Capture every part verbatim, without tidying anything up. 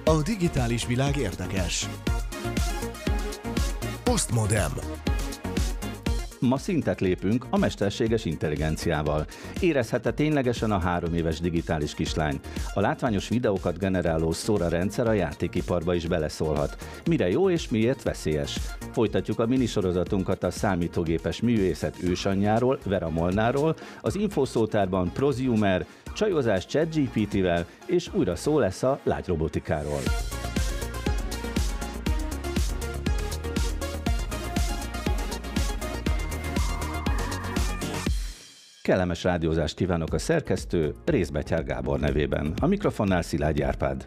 A digitális világ érdekes. Postmodem. Ma szintet lépünk a mesterséges intelligenciával. Érezhette ténylegesen a három éves digitális kislány. A látványos videókat generáló Sora rendszer a játékiparba is beleszólhat. Mire jó és miért veszélyes? Folytatjuk a minisorozatunkat a számítógépes művészet ősanyjáról, Vera Molnárról, az infószótárban Prosumer, csajozás ChatGPT-vel, és újra szó lesz a lágyrobotikáról. Kellemes rádiózást kívánok a szerkesztő Rézbetyár Gábor nevében. A mikrofonnál Szilágyi Árpád.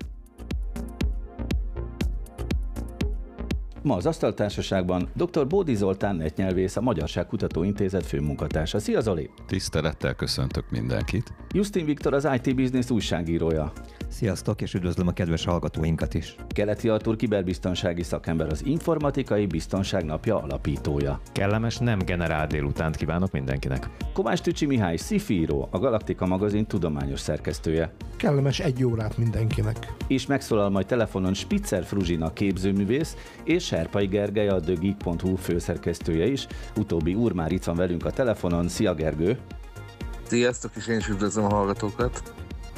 Ma az Asztaltársaságban dr. Bódi Zoltán netnyelvész, a Magyarságkutató Intézet főmunkatársa. Szia Zoli! Tisztelettel köszöntök mindenkit! Justin Viktor, az i té Business újságírója. Sziasztok, és üdvözlöm a kedves hallgatóinkat is! Keleti Artúr, kiberbiztonsági szakember, az Informatikai Biztonság Napja alapítója. Kellemes, nem generál délutánt kívánok mindenkinek. Kovács Tücsi Mihály, sci-fi író, a Galaktika magazin tudományos szerkesztője. Kellemes egy órát mindenkinek. És megszólal majd telefonon Spitzer Fruzsina képzőművész, és Serpai Gergely, a The Geek pont hu főszerkesztője is. Utóbbi úr már itt van velünk a telefonon. Szia Gergő! Sziasztok, és én is üdvözlöm a hallgatókat!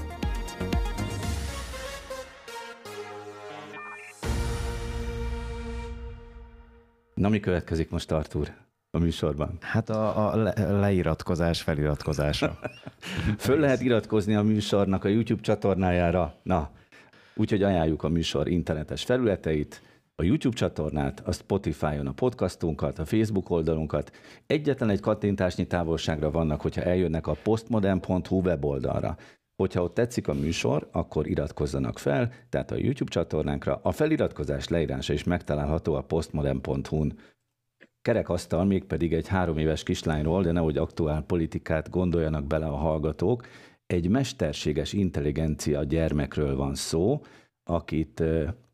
Na, mi következik most, Artúr, a műsorban? Hát a, a le, leiratkozás feliratkozása. Föl lehet iratkozni a műsornak a YouTube csatornájára. Na, úgyhogy ajánljuk a műsor internetes felületeit, a YouTube csatornát, a Spotify-on a podcastunkat, a Facebook oldalunkat. Egyetlen egy kattintásnyi távolságra vannak, hogyha eljönnek a postmodem pont hu weboldalra. Hogyha ott tetszik a műsor, akkor iratkozzanak fel, tehát a YouTube csatornánkra. A feliratkozás leírása is megtalálható a postmodem pont hu-n. Kerekasztal mégpedig egy három éves kislányról, de nehogy aktuál politikát gondoljanak bele a hallgatók. Egy mesterséges intelligencia gyermekről van szó, akit,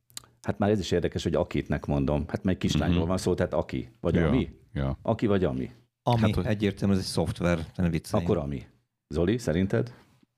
hát már ez is érdekes, hogy akitnek mondom, hát meg kislányról uh-huh. van szó, tehát aki, vagy ja, ami? Ja. Aki vagy ami? Ami, hát, hogy... egyértelmű, ez egy szoftver, nem vicceljünk. Akkor ami. Zoli, szerinted?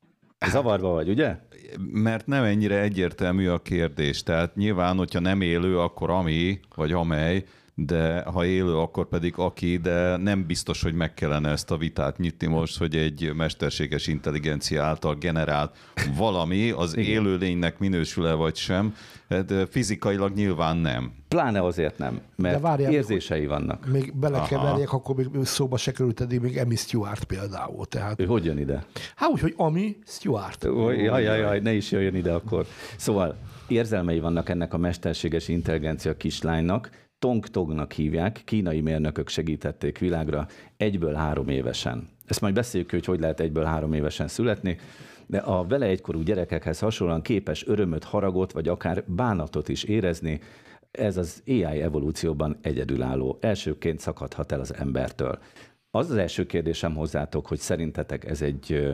Zavarba vagy, ugye? Mert nem ennyire egyértelmű a kérdés. Tehát nyilván, hogyha nem élő, akkor ami, vagy amely, de ha élő, akkor pedig aki, de nem biztos, hogy meg kellene ezt a vitát nyitni most, hogy egy mesterséges intelligencia által generált valami az élőlénynek minősül-e vagy sem, de fizikailag nyilván nem. Pláne azért nem, mert várjál, érzései vannak. Még belekeverjek, akkor még szóba se került eddig még Amy Stewart például. Tehát... Ő hogy jön ide? Hát úgy, hogy Amy Stewart. Jaj, jaj, jaj, ne is jöjjön ide akkor. Szóval érzelmei vannak ennek a mesterséges intelligencia kislánynak, Tong-Tongnak hívják, kínai mérnökök segítették világra egyből három évesen. Ezt majd beszéljük, hogy hogy lehet egyből három évesen születni, de a vele egykorú gyerekekhez hasonlóan képes örömöt, haragot, vagy akár bánatot is érezni. Ez az á i evolúcióban egyedülálló. Elsőként szakadhat el az embertől. Az az első kérdésem hozzátok, hogy szerintetek ez egy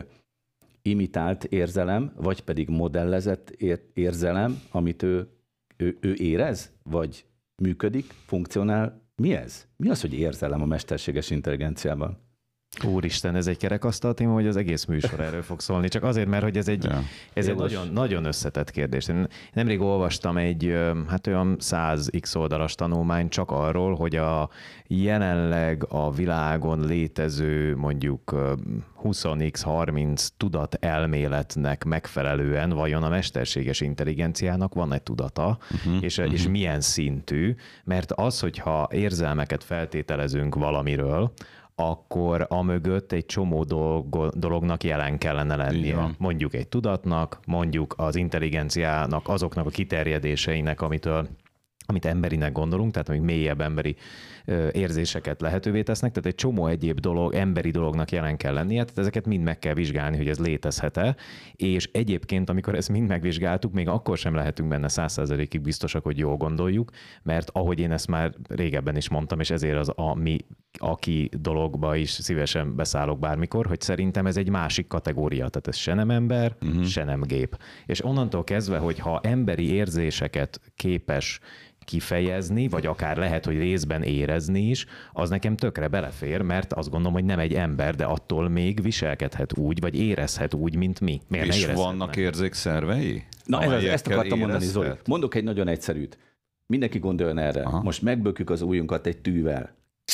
imitált érzelem, vagy pedig modellezett érzelem, amit ő, ő, ő érez, vagy működik, funkcionál. Mi ez? Mi az, hogy érzelem a mesterséges intelligenciában? Úristen, ez egy kerekasztal téma, vagy az egész műsor erről fog szólni? Csak azért, mert hogy ez egy, ja. ez egy nagyon, nagyon összetett kérdés. Én nemrég olvastam egy hát olyan száz x oldalas tanulmány csak arról, hogy a jelenleg a világon létező mondjuk húsz x harminc tudatelméletnek megfelelően vajon a mesterséges intelligenciának van egy tudata, uh-huh, és, uh-huh. és milyen szintű, mert az, hogyha érzelmeket feltételezünk valamiről, akkor amögött egy csomó dolog, dolognak jelen kellene lennie. Mondjuk egy tudatnak, mondjuk az intelligenciának, azoknak a kiterjedéseinek, amitől, amit emberinek gondolunk, tehát amik mélyebb emberi érzéseket lehetővé tesznek, tehát egy csomó egyéb dolog, emberi dolognak jelen kell lennie, tehát ezeket mind meg kell vizsgálni, hogy ez létezhet-e, és egyébként, amikor ezt mind megvizsgáltuk, még akkor sem lehetünk benne száz százalékig biztosak, hogy jól gondoljuk, mert ahogy én ezt már régebben is mondtam, és ezért az a mi aki dologba is szívesen beszállok bármikor, hogy szerintem ez egy másik kategória, tehát ez se nem ember, uh-huh. se nem gép. És onnantól kezdve, hogyha emberi érzéseket képes kifejezni, vagy akár lehet, hogy részben érezni is, az nekem tökre belefér, mert azt gondolom, hogy nem egy ember, de attól még viselkedhet úgy, vagy érezhet úgy, mint mi. Miért és vannak érzékszervei? Na ez, ezt akartam mondani, Zoli. Mondok egy nagyon egyszerűt. Mindenki gondoljon erre. Aha. Most megbökjük az ujjunkat egy tűvel.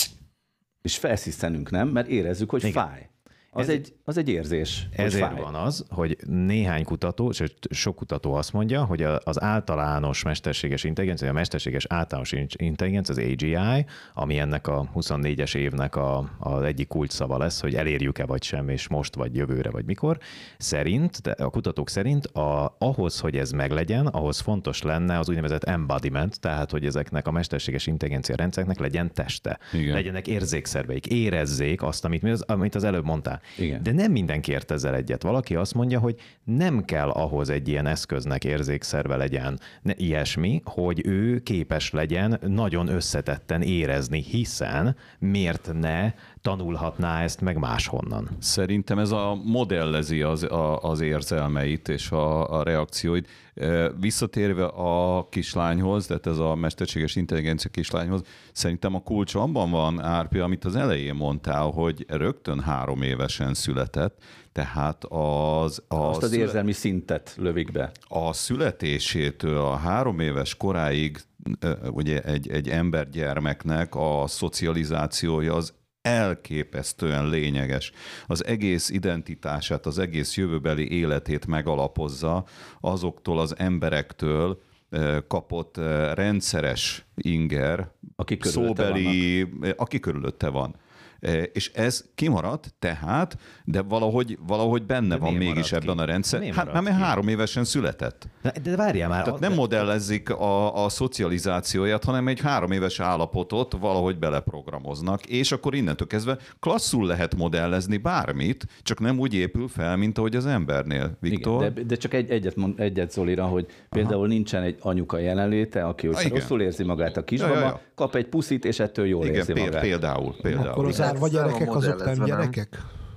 És felsziszenünk, nem? Mert érezzük, hogy igen. Fáj. Az, ez egy, az egy érzés. Ezért van az, hogy néhány kutató, sőt sok kutató azt mondja, hogy az általános mesterséges intelligencia, a mesterséges általános intelligencia, az á gé i, ami ennek a huszonnégyes évnek a, az egyik kulcsszava lesz, hogy elérjük-e vagy sem, és most vagy jövőre vagy mikor, szerint, de a kutatók szerint a, ahhoz, hogy ez meglegyen, ahhoz fontos lenne az úgynevezett embodiment, tehát hogy ezeknek a mesterséges intelligencia rendszereknek legyen teste, igen. legyenek érzékszerveik, érezzék azt, amit, az, amit az előbb mondtál. Igen. De nem mindenki ért ezzel egyet. Valaki azt mondja, hogy nem kell ahhoz egy ilyen eszköznek érzékszerve legyen ne, ilyesmi, hogy ő képes legyen nagyon összetetten érezni, hiszen miért ne tanulhatná ezt meg máshonnan? Szerintem ez a modellezi az, a, az érzelmeit és a, a reakcióit. Visszatérve a kislányhoz, tehát ez a mesterséges intelligencia kislányhoz, szerintem a kulcs abban van, Árpi, amit az elején mondtál, hogy rögtön három évesen született, tehát az... az Azt az szület... érzelmi szintet lövik be. A születésétől a három éves koráig ugye egy, egy embergyermeknek a szocializációja az elképesztően lényeges. Az egész identitását, az egész jövőbeli életét megalapozza azoktól az emberektől kapott rendszeres inger, aki szóbeli, aki körülötte van. És ez kimaradt, tehát, de valahogy, valahogy benne de van mégis ki? Ebben a rendszer. Hát nem, mert három évesen született. De, de várjál már. Tehát nem modellezzik a, a szocializációját, hanem egy három éves állapotot valahogy beleprogramoznak, és akkor innentől kezdve klasszul lehet modellezni bármit, csak nem úgy épül fel, mint ahogy az embernél. Viktor? Igen, de, de csak egy, egyet, mond, egyet Zolira, hogy például aha. nincsen egy anyuka jelenléte, aki hogy rosszul érzi magát a kisbaba, ja, ja, ja. kap egy puszit, és ettől jól igen, érzi magát. Például. például. Vagy gyerekek, azok nem gyerekek?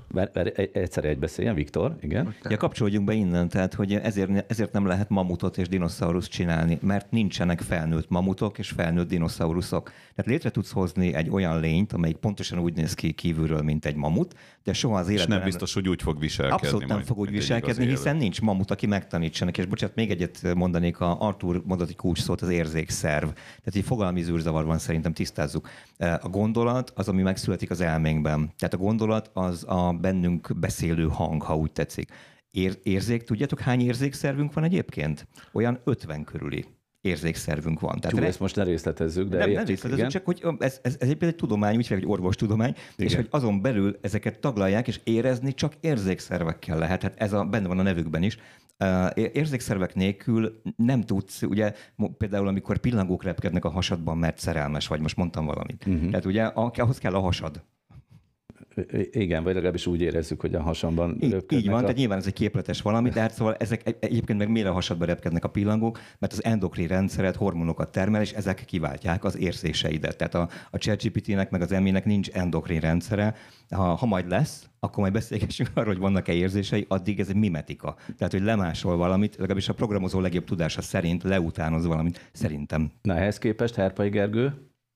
Egyszer egy beszéljen, Viktor, igen. Ja, kapcsolódjunk be innen, tehát hogy ezért, ezért nem lehet mamutot és dinoszaurusz csinálni, mert nincsenek felnőtt mamutok és felnőtt dinoszauruszok. Tehát létre tudsz hozni egy olyan lényt, amelyik pontosan úgy néz ki kívülről, mint egy mamut, de soha az életben... És nem biztos, hogy úgy fog viselkedni. Abszolút nem fog úgy viselkedni, hiszen nincs mamut, aki megtanítsanak. És bocsánat, még egyet mondanék, a Arthur mondott egy kulcs szót, az érzékszerv. Tehát egy fogalmi zűrzavar van, szerintem tisztázzuk. A gondolat az, ami megszületik az elménkben. Tehát a gondolat az a bennünk beszélő hang, ha úgy tetszik. Ér- érzék, tudjátok, hány érzékszervünk van egyébként? Olyan ötven körüli érzékszervünk van. Tehát Csú, re... ezt most ne részletezzük, de nem, értjük, nem részletezzük, csak hogy ez, ez, ez egy tudomány, úgy egy orvostudomány, igen. És hogy azon belül ezeket taglalják, és érezni csak érzékszervekkel lehet. Hát ez a, benne van a nevükben is. Érzékszervek nélkül nem tudsz, ugye például amikor pillangók repkednek a hasadban, mert szerelmes vagy, most mondtam valamit. Uh-huh. Tehát ugye ahhoz kell a hasad. Igen, vagy legalábbis úgy érezzük, hogy a hasamban Így, így van, a... tehát nyilván ez egy képletes valami, de hát szóval ezek egyébként meg miért a hasadban repkednek a pillangók, mert az endokrin rendszeret, hormonokat termel, és ezek kiváltják az érzéseidet. Tehát a, a ChatGPT-nek meg az em-nek nincs endokrin rendszere. Ha, ha majd lesz, akkor majd beszélgessünk arról, hogy vannak-e érzései, addig ez egy mimetika. Tehát, hogy lemásol valamit, legalábbis a programozó legjobb tudása szerint leutánoz valamit, szerintem. Na, ehhez képest Herpai Gergő?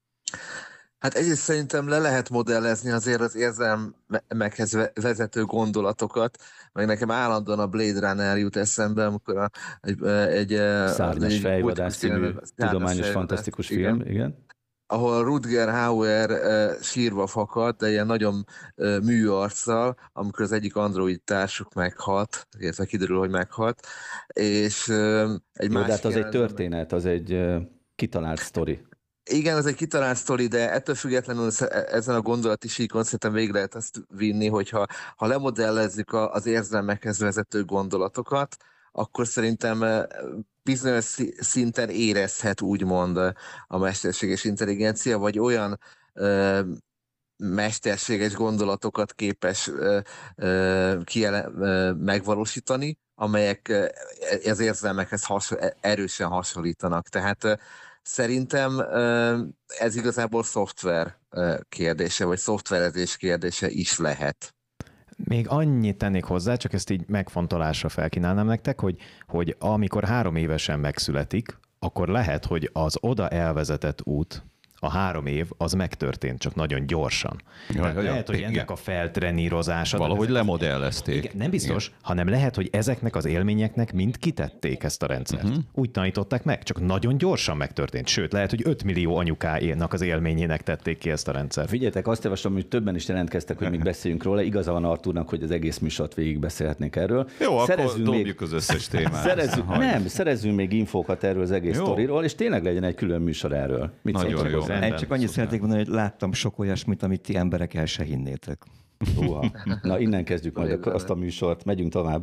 Hát egyrészt szerintem le lehet modellezni azért az érzelmekhez vezető gondolatokat, meg nekem állandóan a Blade Runner jut eszembe, amikor a, egy... egy Szárnyas fejvadász című tudományos fantasztikus igen, film, igen. Ahol Rutger Hauer uh, sírva fakad, de ilyen nagyon uh, műarccal, amikor az egyik android társuk meghalt, illetve kiderül, hogy meghalt, és uh, egy másik... Hát az egy történet, az egy uh, kitalált sztori. Igen, ez egy kitalált sztori, de ettől függetlenül ezen a gondolati síkon szerintem végig lehet azt vinni, hogyha ha lemodellezzük az érzelmekhez vezető gondolatokat, akkor szerintem bizonyos szinten érezhet úgymond a mesterséges intelligencia, vagy olyan ö, mesterséges gondolatokat képes ö, ö, kiele, ö, megvalósítani, amelyek az érzelmekhez hasonl- erősen hasonlítanak. Tehát szerintem ez igazából szoftver kérdése, vagy szoftverezés kérdése is lehet. Még annyit tennék hozzá, csak ezt így megfontolásra felkínálnám nektek, hogy, hogy amikor három évesen megszületik, akkor lehet, hogy az oda elvezetett út, a három év az megtörtént, csak nagyon gyorsan. Ja, ja, lehet, hogy igen. ennek a feltrenírozása... Valahogy ezek, lemodellezték. igen, nem biztos, igen. hanem lehet, hogy ezeknek az élményeknek mind kitették ezt a rendszert. Uh-huh. Úgy tanították meg, csak nagyon gyorsan megtörtént. Sőt, lehet, hogy öt millió anyukájának az élményének tették ki ezt a rendszert. Figyeljetek, azt javaslom, hogy többen is jelentkeztek, hogy még beszéljünk róla. Igaza van Artúrnak, hogy az egész műsort végig beszélhetnénk erről. Jó, szerezzünk akkor dobjuk még... az összes témát. Szerezzünk, nem, szerezzünk még infókat erről az egész jó. sztoriról, és tényleg legyen egy külön műsor erről. Mit nagyon jó. Én csak annyit szeretnék mondani, hogy láttam sok olyasmit, amit ti emberek el se hinnétek. Uha. Na, innen kezdjük majd azt a műsort. Megyünk tovább.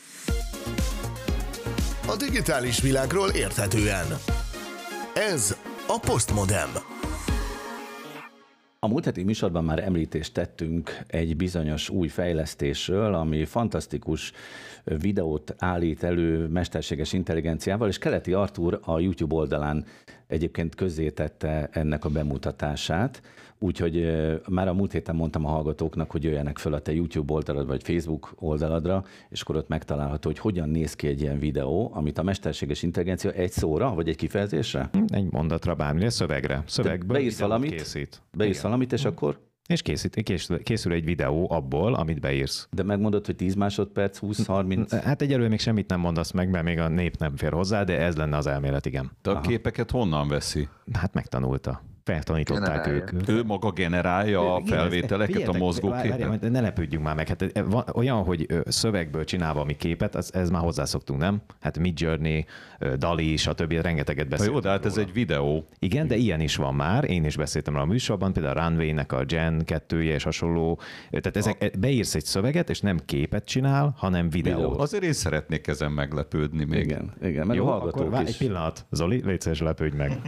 A digitális világról érthetően. Ez a Postmodem. A múlt heti műsorban már említést tettünk egy bizonyos új fejlesztésről, ami fantasztikus videót állít elő mesterséges intelligenciával, és Keleti Artúr a YouTube oldalán egyébként közzétette ennek a bemutatását, úgyhogy már a múlt héten mondtam a hallgatóknak, hogy jöjjenek föl a te YouTube oldalad vagy Facebook oldaladra, és akkor ott megtalálható, hogy hogyan néz ki egy ilyen videó, amit a mesterséges intelligencia egy szóra, vagy egy kifejezésre? Egy mondatra, bármilyen szöveggre. Szövegből beírsz valamit, készít. Beírsz Igen. valamit, és akkor? És készít, készül, készül egy videó abból, amit beírsz. De megmondod, hogy tíz másodperc, húsz, harminc? Hát egyelőre még semmit nem mondasz meg, mert még a nép nem fér hozzá, de ez lenne az elmélet, igen. De a képeket honnan veszi? Hát megtanulta. Feltanították Generálja. ők. Ő maga generálja a felvételeket, a Figyeljetek, mozgóképet? várjál, ne lepődjünk már meg. Hát van olyan, hogy szövegből csinál valami képet, az, ez már hozzászoktunk, nem? Hát Midjourney, Dali, stb. Rengeteget Na beszéltünk jó, de hát ez róla. egy videó. Igen, de ilyen is van már. Én is beszéltem rá a műsorban, például a Runway-nek a Gen kettője és hasonló. Tehát ezek, beírsz egy szöveget, és nem képet csinál, hanem videót. Videót. Azért én szeretnék ezen meglepődni még. Igen, igen, meg Jó, a akkor hallgatók várj is. egy pillanat. Zoli, légy szíves, lepődj meg.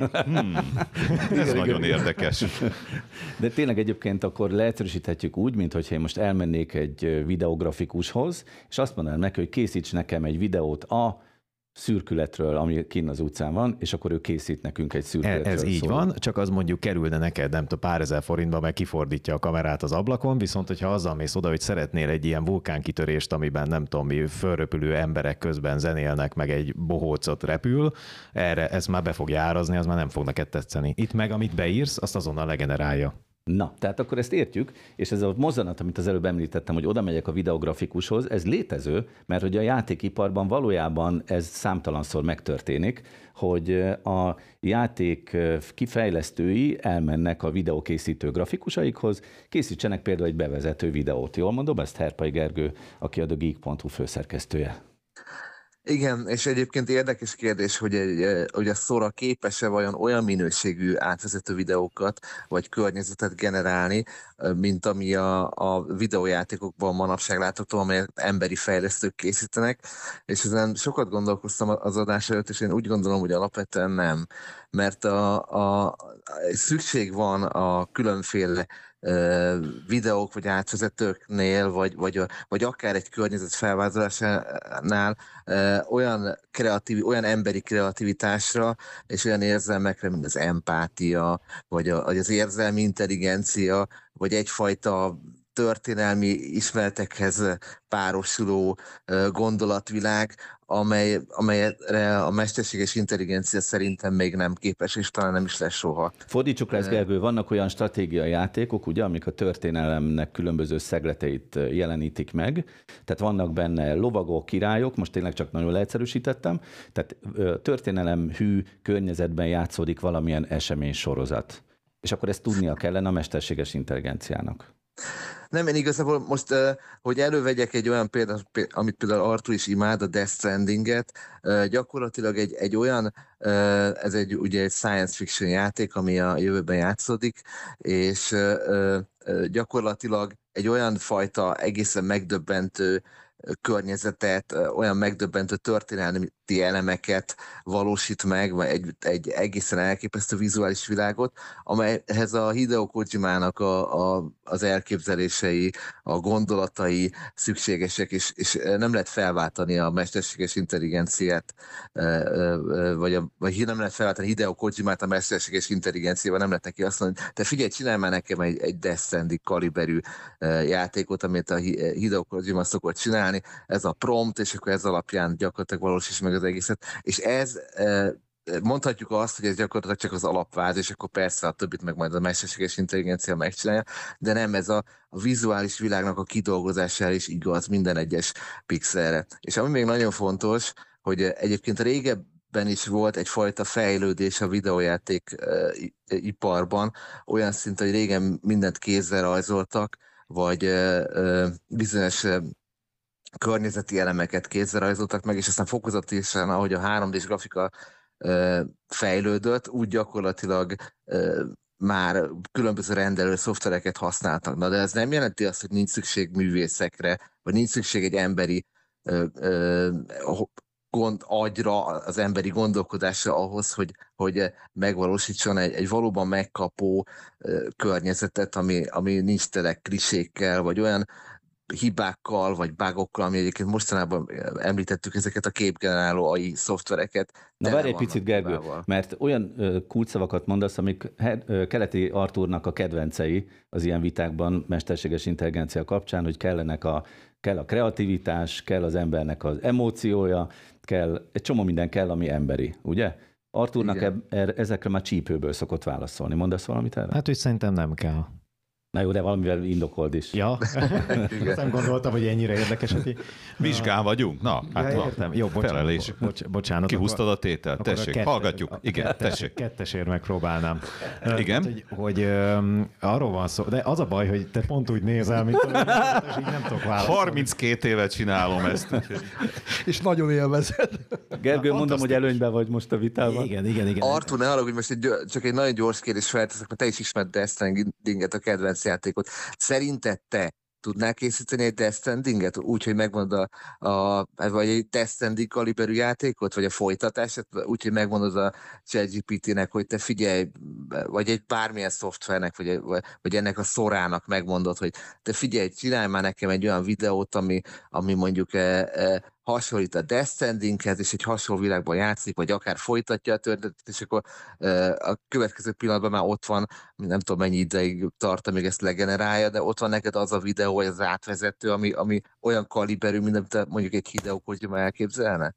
Ez nagyon érdekes. De tényleg egyébként akkor leegyszerűsíthetjük úgy, mint hogyha én most elmennék egy videografikushoz, és azt mondanám neki, hogy készíts nekem egy videót a szürkületről, ami kinn az utcán van, és akkor ő készít nekünk egy szürkületről. Ez így szóló. van, csak az mondjuk kerülne neked, nem tudom, pár ezer forintba, meg kifordítja a kamerát az ablakon, viszont hogyha azzal mész oda, hogy szeretnél egy ilyen vulkánkitörést, amiben nem tudom mi, fölröpülő emberek közben zenélnek, meg egy bohócot repül, erre ez már be fogja árazni, az már nem fog neked tetszeni. Itt meg, amit beírsz, azt azonnal legenerálja. Na, tehát akkor ezt értjük, és ez a mozzanat, amit az előbb említettem, hogy oda megyek a videografikushoz, ez létező, mert hogy a játékiparban valójában ez számtalanszor megtörténik, hogy a játék kifejlesztői elmennek a videókészítő grafikusaikhoz, készítsenek például egy bevezető videót. Jól mondom, ezt Herpai Gergő, aki a The Geek pont hu főszerkesztője. Igen, és egyébként érdekes kérdés, hogy, egy, hogy a Sora képes-e vajon olyan minőségű átvezető videókat, vagy környezetet generálni, mint ami a, a videójátékokban manapság látható, amelyet emberi fejlesztők készítenek, és ezen sokat gondolkoztam az adás előtt, és én úgy gondolom, hogy alapvetően nem, mert a, a, a szükség van a különféle videók vagy átvezetőknél, vagy, vagy, a, vagy akár egy környezet felvázolásánál olyan, kreatív, olyan emberi kreativitásra és olyan érzelmekre, mint az empátia, vagy, a, vagy az érzelmi intelligencia, vagy egyfajta történelmi ismeretekhez párosuló gondolatvilág, amely, amelyre a mesterséges intelligencia szerintem még nem képes, és talán nem is lesz soha. Fordítsuk le ezt, Gergő, vannak olyan stratégiai játékok, ugye, amik a történelemnek különböző szegleteit jelenítik meg, tehát vannak benne lovagok, királyok, most tényleg csak nagyon leegyszerűsítettem, tehát történelem hű környezetben játszódik valamilyen esemény sorozat. És akkor ezt tudnia kellene a mesterséges intelligenciának. Nem, én igazából most, hogy elővegyek egy olyan példát, amit például Artur is imád, a Death Strandinget, gyakorlatilag egy, egy olyan, ez egy, ugye egy science fiction játék, ami a jövőben játszódik, és gyakorlatilag egy olyan fajta egészen megdöbbentő környezetet, olyan megdöbbentő történelmi elemeket valósít meg, vagy egy, egy egészen elképesztő vizuális világot, amelyhez a Hideo Kojimának a, a, az elképzelései, a gondolatai szükségesek, és, és nem lehet felváltani a mesterséges intelligenciát, vagy, a, vagy nem lehet felváltani Hideo Kojimát a mesterséges intelligenciával, nem lehet neki azt mondani, te figyelj, csinálj már nekem egy, egy Death Stranding kaliberű játékot, amit a Hideo Kojima szokott csinálni, ez a prompt, és akkor ez alapján gyakorlatilag valósítja meg az egészet, és ez mondhatjuk azt, hogy ez gyakorlatilag csak az alapváz, és akkor persze a többit meg majd a mesterséges intelligencia megcsinálja, de nem, ez a, a vizuális világnak a kidolgozására is igaz minden egyes pixelre. És ami még nagyon fontos, hogy egyébként régebben is volt egyfajta fejlődés a videójáték uh, iparban, olyan szinten, hogy régen mindent kézzel rajzoltak, vagy uh, uh, bizonyos uh, környezeti elemeket kézzel rajzoltak meg, és aztán fokozatosan, ahogy a három dés grafika uh, fejlődött, úgy gyakorlatilag uh, már különböző rendelő szoftvereket használtak. Na, de ez nem jelenti azt, hogy nincs szükség művészekre, vagy nincs szükség egy emberi uh, uh, gond, agyra, az emberi gondolkodásra ahhoz, hogy, hogy megvalósítson egy, egy valóban megkapó uh, környezetet, ami, ami nincs tele klisékkel, vagy olyan hibákkal, vagy bugokkal, ami egyébként mostanában említettük ezeket a képgeneráló á i szoftvereket. Na várj egy picit, Gergő, hibával. Mert olyan uh, kulcsszavakat mondasz, amik uh, Keleti Artúrnak a kedvencei az ilyen vitákban mesterséges intelligencia kapcsán, hogy kellenek a, kell a kreativitás, kell az embernek az emóciója, kell, egy csomó minden kell, ami emberi, ugye? Artúrnak e, e, ezekre már csípőből szokott válaszolni. Mondasz valamit erre? Hát, hogy szerintem nem kell. Na jó, de valamivel indokold is. Ja, nem gondoltam, hogy ennyire érdekes. Hogy... Vizsgán vagyunk? Na, hát ja, értem. Jó, bocsánat. Bo- bocs, bocsánat. Kihúztad a tételt? Tessék, kette, hallgatjuk. Igen, kettes, tessék. Kettesért megpróbálnám. Igen? Hát, hogy, hogy um, arról van szó, de az a baj, hogy te pont úgy nézel, mint a és így nem tudok válaszolni. harminckét éve csinálom ezt. És nagyon élvezed. Gergő, mondom, hogy előnyben vagy most a vitában. Igen, igen, igen. Artur, ne arra, hogy most egy, csak egy nagyon gyors kérdés felteszek, mert te is ismered Death Strandinget, a kedvenc játékot. Szerinted te tudnál készíteni egy Death Strandinget? Úgy, hogy megmondod a, a, vagy egy Death Stranding kaliberű játékot, vagy a folytatását, úgy, hogy megmondod a ChatGPT-nek, hogy te figyelj, vagy egy bármilyen szoftvernek, vagy, vagy ennek a szorának megmondod, hogy te figyelj, csinálj már nekem egy olyan videót, ami, ami mondjuk e, e, hasonlít a Death Strandinghez, és egy hasonló világban játszik, vagy akár folytatja a történetet, és akkor e, a következő pillanatban már ott van, nem tudom mennyi ideig tart, amíg ezt legenerálja, de ott van neked az a videó, vagy az átvezető, ami, ami olyan kaliberű, mint amit mondjuk egy Hideo Kojima elképzelne?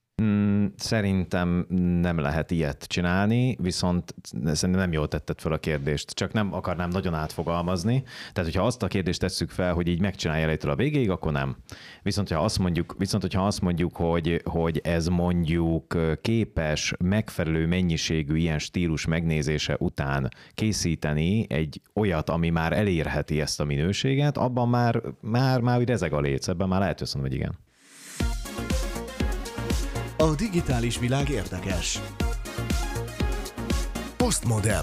Szerintem nem lehet ilyet csinálni, viszont szerintem nem jól tetted fel a kérdést, csak nem akarnám nagyon átfogalmazni. Tehát, hogyha azt a kérdést tesszük fel, hogy így megcsinálja elejétől a végéig, akkor nem. Viszont, ha azt mondjuk, viszont, hogyha azt mondjuk, hogy, hogy ez mondjuk képes megfelelő mennyiségű ilyen stílus megnézése után készíteni egy olyat, ami már elérheti ezt a minőséget, abban már, már, már úgy rezeg a léc, ebben már lehet összönöm, hogy igen. A digitális világ érdekes. Postmodem.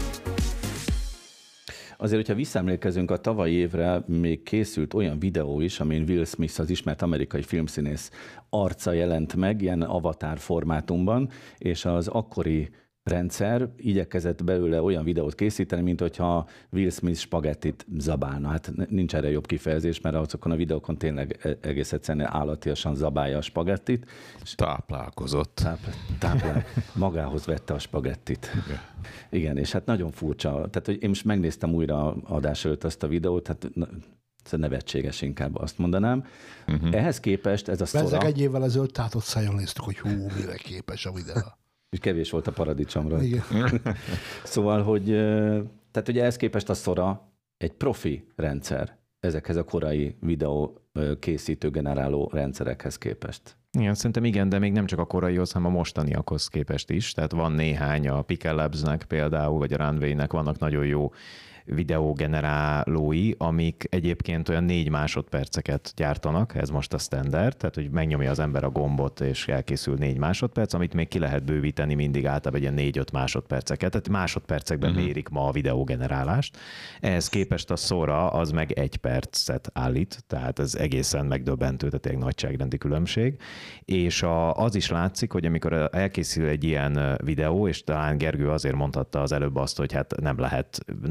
Azért, hogyha visszaemlékezünk a tavalyi évre, még készült olyan videó is, amin Will Smith, az ismert amerikai filmszínész arca jelent meg, ilyen avatar formátumban, és az akkori rendszer igyekezett belőle olyan videót készíteni, mint hogyha Will Smith spagettit zabálna. Hát nincs erre jobb kifejezés, mert azokon a videókon tényleg egész egyszerűen állatiasan zabálja a spagettit. Táplálkozott. Tápl- táplál, magához vette a spagettit. Igen. Igen, és hát nagyon furcsa. Tehát, hogy én most megnéztem újra adás előtt azt a videót, hát nevetséges inkább azt mondanám. Uh-huh. Ehhez képest ez a szora... Ezek egy évvel ezelőtt tátott szájon néztük, hogy hú, mire képes a videó. És kevés volt a paradicsomra. Igen. Szóval, hogy, tehát ugye ehhez képest a szora egy profi rendszer ezekhez a korai videó készítő generáló rendszerekhez képest. Igen, szerintem igen, de még nem csak a koraihoz, hanem a mostaniakhoz képest is. Tehát van néhány, a Pickle Labs-nek például, vagy a Runway-nek vannak nagyon jó videógenerálói, amik egyébként olyan négy másodperceket gyártanak, ez most a standard, tehát hogy megnyomja az ember a gombot, és elkészül négy másodperc, amit még ki lehet bővíteni mindig általában egy ilyen négy-öt másodperceket, tehát másodpercekben uh-huh. mérik ma a videógenerálást. Ehhez képest a Sora az meg egy percet állít, tehát ez egészen megdöbbentő, tehát egy nagyságrendi különbség, és a, az is látszik, hogy amikor elkészül egy ilyen videó, és talán Gergő azért mondhatta az előbb azt, hogy hát nem lehet normális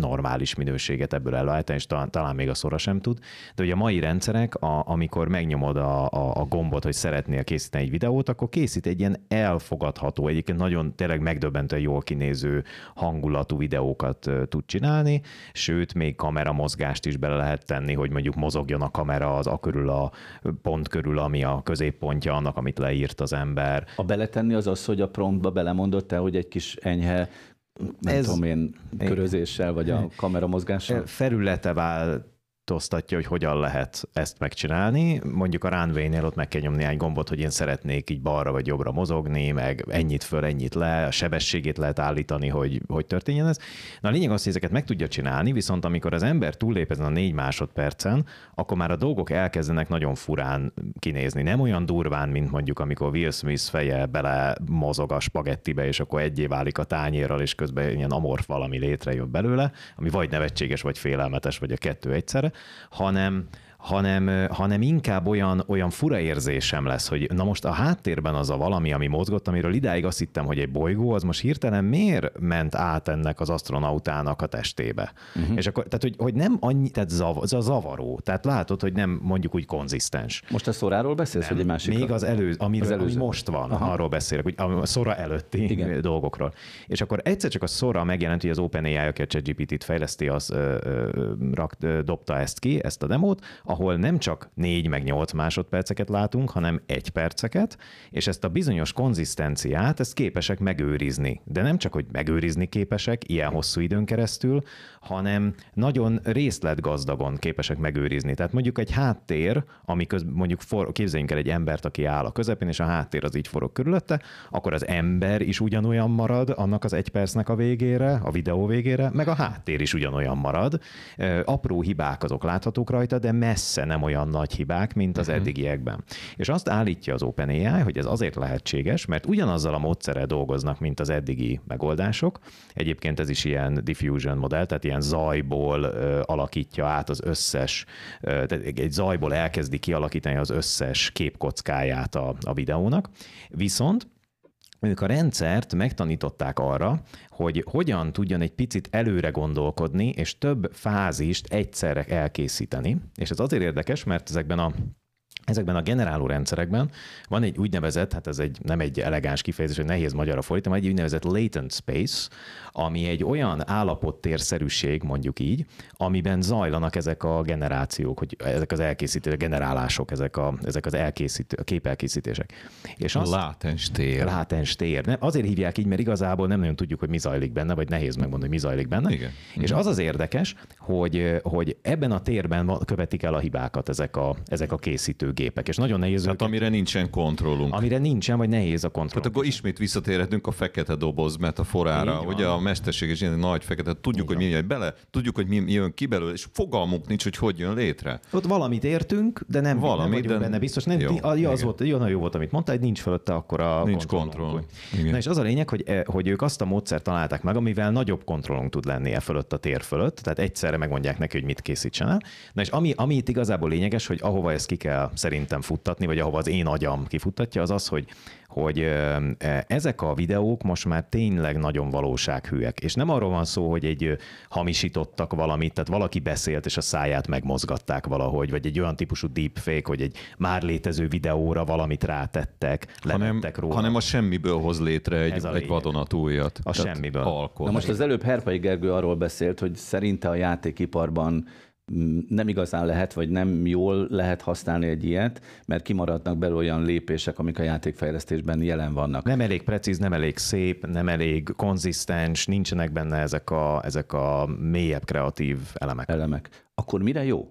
optimális minőséget ebből előállítani, és talán, talán még a Sora sem tud. De ugye a mai rendszerek, a, amikor megnyomod a, a, a gombot, hogy szeretnél készíteni egy videót, akkor készít egy ilyen elfogadható, egyébként nagyon tényleg megdöbbentően jól kinéző hangulatú videókat tud csinálni, sőt, még kameramozgást is bele lehet tenni, hogy mondjuk mozogjon a kamera az a körül, a pont körül, ami a középpontja annak, amit leírt az ember. A beletenni az az, hogy a promptba belemondott te, hogy egy kis enyhe, nem Ez, tudom én, körözéssel, vagy a kameramozgással? Felülete változtatja, hogy hogyan lehet ezt megcsinálni. Mondjuk a Runway-nél ott meg kell nyomni egy gombot, hogy én szeretnék így balra vagy jobbra mozogni, meg ennyit föl, ennyit le, a sebességét lehet állítani, hogy, hogy történjen ez. Na a lényeg az, hogy ezeket meg tudja csinálni, viszont amikor az ember túllép ezen a négy másodpercen, akkor már a dolgok elkezdenek nagyon furán kinézni. Nem olyan durván, mint mondjuk amikor Will Smith feje bele mozog a spagettibe, és akkor egyé válik a tányérral, és közben ilyen amorf valami létrejön belőle, ami vagy nevetséges, vagy félelmetes, vagy a kettő egyszerre, hanem hanem, hanem inkább olyan, olyan fura érzésem lesz, hogy na most a háttérben az a valami, ami mozgott, amiről idáig azt hittem, hogy egy bolygó, az most hirtelen miért ment át ennek az asztronautának a testébe? Uh-huh. És akkor, tehát, hogy, hogy nem annyi, tehát zav, az a zavaró, tehát látod, hogy nem mondjuk úgy konzisztens. Most a Szoráról beszélsz, nem, vagy egy másik? Még az, elő, amiről, az előző. Ami most van, aha, arról beszélek, hogy a Szora előtti igen. dolgokról. És akkor egyszer csak a Szora megjelent, hogy az OpenAI, aki a ChatGPT-t fejleszti, az ö, ö, rak, ö, dobta ezt ki, ezt a demót, ahol nem csak négy meg nyolc másodperceket látunk, hanem egy perceket, és ezt a bizonyos konzisztenciát, ezt képesek megőrizni. De nem csak, hogy megőrizni képesek ilyen hosszú időn keresztül, hanem nagyon részletgazdagon képesek megőrizni. Tehát mondjuk egy háttér, ami köz, mondjuk for, képzeljünk el egy embert, aki áll a közepén, és a háttér az így forog körülötte, akkor az ember is ugyanolyan marad annak az egy percnek a végére, a videó végére, meg a háttér is ugyanolyan marad. Apró hibák azok láthatók rajta, de messze nem olyan nagy hibák, mint az eddigiekben. És azt állítja az OpenAI, hogy ez azért lehetséges, mert ugyanazzal a módszerrel dolgoznak, mint az eddigi megoldások. Egyébként ez is ilyen diffusion modell, tehát ilyen zajból ö, alakítja át az összes, ö, tehát egy zajból elkezdi kialakítani az összes képkockáját a, a videónak. Viszont ők a rendszert megtanították arra, hogy hogyan tudjon egy picit előre gondolkodni, és több fázist egyszerre elkészíteni. És ez azért érdekes, mert ezekben a Ezekben a generáló rendszerekben van egy úgynevezett, hát ez egy, nem egy elegáns kifejezés, hogy nehéz magyarra fordítani, egy úgynevezett latent space, ami egy olyan állapottérszerűség, mondjuk így, amiben zajlanak ezek a generációk, hogy ezek az elkészítő generálások, ezek, a, ezek az elkészítő, a képelkészítések. És azt, látens tér. Látens tér. Nem, azért hívják így, mert igazából nem nagyon tudjuk, hogy mi zajlik benne, vagy nehéz megmondani, hogy mi zajlik benne. Igen. És az az érdekes, hogy, hogy ebben a térben követik el a hibákat ezek a, ezek a készítő gépek, és nagyon nehéz hát őket, amire nincsen kontrollunk. Amire nincsen, vagy nehéz a kontroll. Tehát akkor ismét visszatérhetünk a fekete doboz metaforára, ugye a mesterséges ilyen nagy fekete, tudjuk, így hogy mi jön bele, tudjuk, hogy mi jön ki belőle, és fogalmunk nincs, hogy hogy jön létre. Ott valamit értünk, de nem, Valami, nem vagyunk de benne biztos. Nem, jó, ja, az volt, jó, jó volt, amit mondtál, hogy nincs fölötte akkor a nincs kontroll. Na és az a lényeg, hogy, hogy ők azt a módszert találták meg, amivel nagyobb kontrollunk tud lenni e fölött a tér fölött, tehát egyszerre megmondják neki, hogy mit készítsen el. Na és ami, ami itt igazából lényeges, hogy ahova ezt ki kell szerintem futtatni, vagy ahova az én agyam kifuttatja, az az, hogy, hogy ezek a videók most már tényleg nagyon valósághűek. És nem arról van szó, hogy egy hamisítottak valamit, tehát valaki beszélt, és a száját megmozgatták valahogy, vagy egy olyan típusú deepfake, hogy egy már létező videóra valamit rátettek, levettek róla. Hanem a semmiből hoz létre egy, egy vadonatújat. A semmiből. Alkot. Na most az előbb Herpai Gergő arról beszélt, hogy szerinte a játékiparban nem igazán lehet, vagy nem jól lehet használni egy ilyet, mert kimaradnak belőle olyan lépések, amik a játékfejlesztésben jelen vannak. Nem elég precíz, nem elég szép, nem elég konzisztens, nincsenek benne ezek a, ezek a mélyebb kreatív elemek. elemek. Akkor mire jó?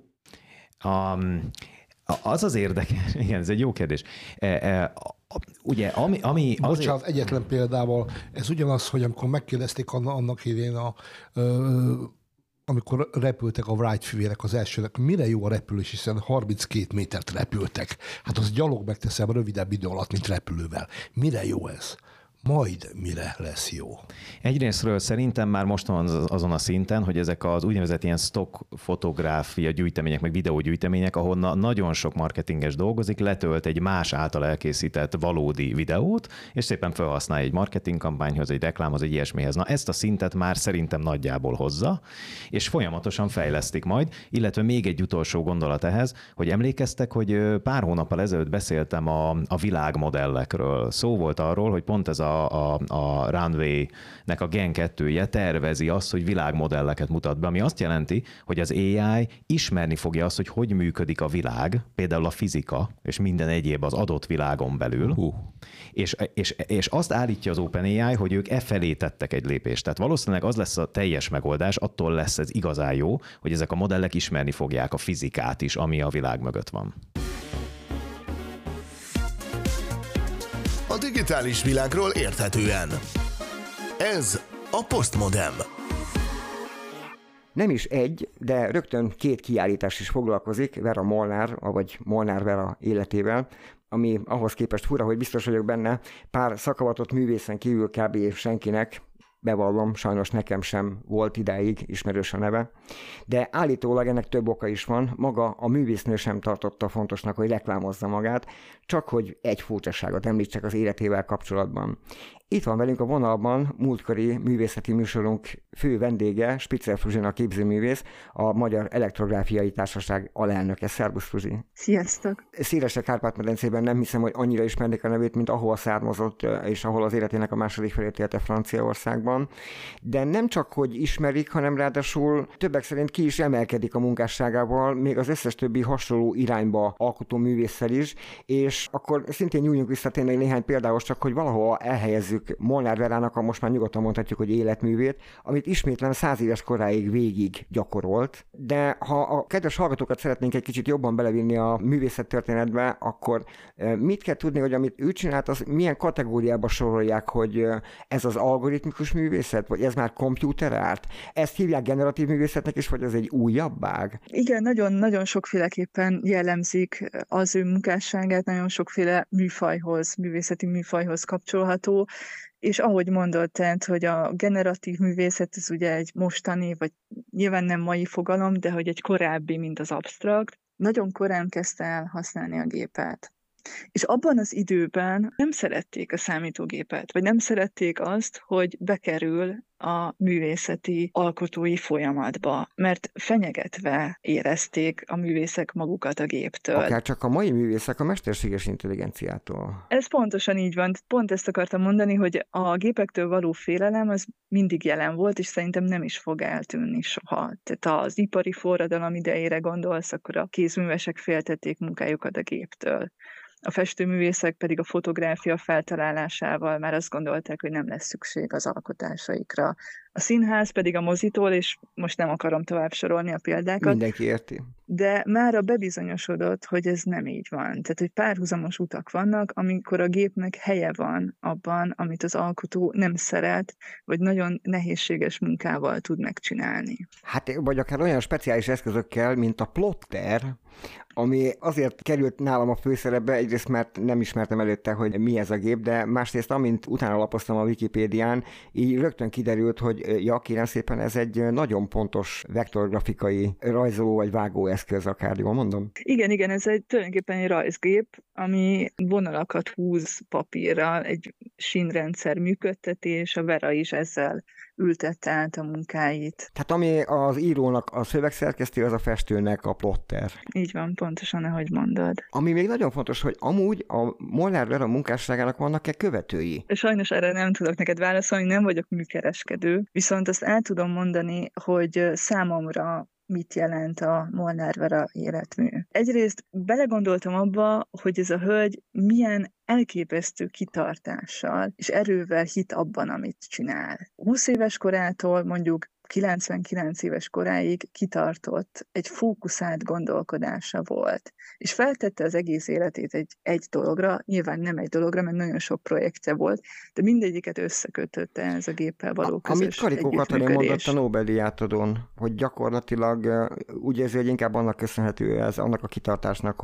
Um, az az érdekes, igen, ez egy jó kérdés. E, e, ugye, ami... ami Bocsánat, azért... egyetlen példával, ez ugyanaz, hogy amikor megkérdezték annak idén a... Ö, amikor repültek a Wright fivérek az elsőnek, mire jó a repülés, hiszen harminckét métert repültek. Hát az gyalog megteszem rövidebb idő alatt, mint repülővel. Mire jó ez? majd mire lesz jó? Egyrésztről szerintem már most van azon a szinten, hogy ezek az úgynevezett ilyen stock fotográfia gyűjtemények, meg videógyűjtemények, ahonnan nagyon sok marketinges dolgozik, letölt egy más által elkészített valódi videót, és szépen felhasználja egy marketingkampányhoz, egy reklámhoz, egy ilyesmihez. Na ezt a szintet már szerintem nagyjából hozza, és folyamatosan fejlesztik majd, illetve még egy utolsó gondolat ehhez, hogy emlékeztek, hogy pár hónappal ezelőtt beszéltem a, a világmodellekről. Szó volt arról, hogy pont ez a, a, a Runway-nek a Gen kettője tervezi azt, hogy világmodelleket mutat be, ami azt jelenti, hogy az á i ismerni fogja azt, hogy hogy működik a világ, például a fizika, és minden egyéb az adott világon belül, uh. és, és, és azt állítja az OpenAI, hogy ők e felé tettek egy lépést. Tehát valószínűleg az lesz a teljes megoldás, attól lesz ez igazán jó, hogy ezek a modellek ismerni fogják a fizikát is, ami a világ mögött van. A digitális világról érthetően. Ez a Postmodem. Nem is egy, de rögtön két kiállítás is foglalkozik Vera Molnár, vagy Molnár Vera életével, ami ahhoz képest fura, hogy biztos vagyok benne, pár szakavatott művészen kívül kb. Senkinek, bevallom, sajnos nekem sem volt idáig ismerős a neve, de állítólag ennek több oka is van, maga a művésznő sem tartotta fontosnak, hogy reklámozza magát, csak hogy egy furcsaságot említsek az életével kapcsolatban. Itt van velünk a vonalban múltkori művészeti műsorunk fő vendége, Spitzer Fruzsina képzőművész, a Magyar Elektrográfiai Társaság alelnöke. Szerbusz, Fruzsi! Sziasztok! Szélesek Kárpát-medencében nem hiszem, hogy annyira ismernék a nevét, mint ahol származott, és ahol az életének a második felét élte Franciaországban. De nem csak, hogy ismerik, hanem ráadásul többek szerint ki is emelkedik a munkásságával, még az összes többi hasonló irányba alkotó művésszel is, és akkor szintén nyúljunk vissza tényleg néhány példához, csak hogy valahol elhelyezzük Molnár Verának, a most már nyugodtan mondhatjuk, hogy életművét, amit ismétlen száz éves koráig végig gyakorolt. De ha a kedves hallgatókat szeretnénk egy kicsit jobban belevinni a művészettörténetbe, akkor mit kell tudni, hogy amit ő csinált, az milyen kategóriába sorolják, hogy ez az algoritmikus művészet, vagy ez már komputerárt? Ezt hívják generatív művészetnek is, vagy ez egy újabb ág? Igen, nagyon-nagyon sokféleképpen jellemzik az ő munkásságát, nagyon sokféle műfajhoz, művészeti műfajhoz kapcsolható, és ahogy mondod, tehát, hogy a generatív művészet, ez ugye egy mostani, vagy nyilván nem mai fogalom, de hogy egy korábbi, mint az absztrakt, nagyon korán kezdte el használni a gépet. És abban az időben nem szerették a számítógépet, vagy nem szerették azt, hogy bekerül a művészeti alkotói folyamatba, mert fenyegetve érezték a művészek magukat a géptől. Akár csak a mai művészek a mesterséges intelligenciától. Ez pontosan így van. Pont ezt akartam mondani, hogy a gépektől való félelem az mindig jelen volt, és szerintem nem is fog eltűnni soha. Tehát az ipari forradalom idejére gondolsz, akkor a kézművesek féltették munkájukat a géptől. A festőművészek pedig a fotográfia feltalálásával már azt gondolták, hogy nem lesz szükség az alkotásaikra. A színház pedig a mozitól, és most nem akarom tovább sorolni a példákat. Mindenki érti. De mára bebizonyosodott, hogy ez nem így van. Tehát, hogy párhuzamos utak vannak, amikor a gépnek helye van abban, amit az alkotó nem szeret, vagy nagyon nehézséges munkával tud megcsinálni. Hát, vagy akár olyan speciális eszközökkel, mint a plotter, ami azért került nálam a főszerepbe, egyrészt mert nem ismertem előtte, hogy mi ez a gép, de másrészt amint utána lapoztam a Wikipédián, így rögtön kiderült, hogy ja, kérem szépen, ez egy nagyon pontos vektorgrafikai rajzoló vagy vágó eszköz, akár jól mondom? Igen, igen, ez egy tulajdonképpen egy rajzgép, ami vonalakat húz papírral, egy sínrendszer működtetés, a Vera is ezzel ültette át a munkáit. Tehát ami az írónak a szövegszerkesztő, az a festőnek a plotter. Így van, pontosan, ahogy mondod. Ami még nagyon fontos, hogy amúgy a Molnár Vera munkásságának vannak-e követői? Sajnos erre nem tudok neked válaszolni, nem vagyok műkereskedő, viszont azt el tudom mondani, hogy számomra mit jelent a Molnár Vera életmű. Egyrészt belegondoltam abba, hogy ez a hölgy milyen elképesztő kitartással és erővel hit abban, amit csinál. húsz éves korától mondjuk kilencvenkilenc éves koráig kitartott, egy fókuszált gondolkodása volt, és feltette az egész életét egy, egy dologra, nyilván nem egy dologra, mert nagyon sok projektje volt, de mindegyiket összekötötte ez a géppel való közös Amit Karikó Katalin mondott a Nobel-díjátadón, hogy gyakorlatilag úgy érzi, hogy inkább annak köszönhető ez, annak a kitartásnak, hogy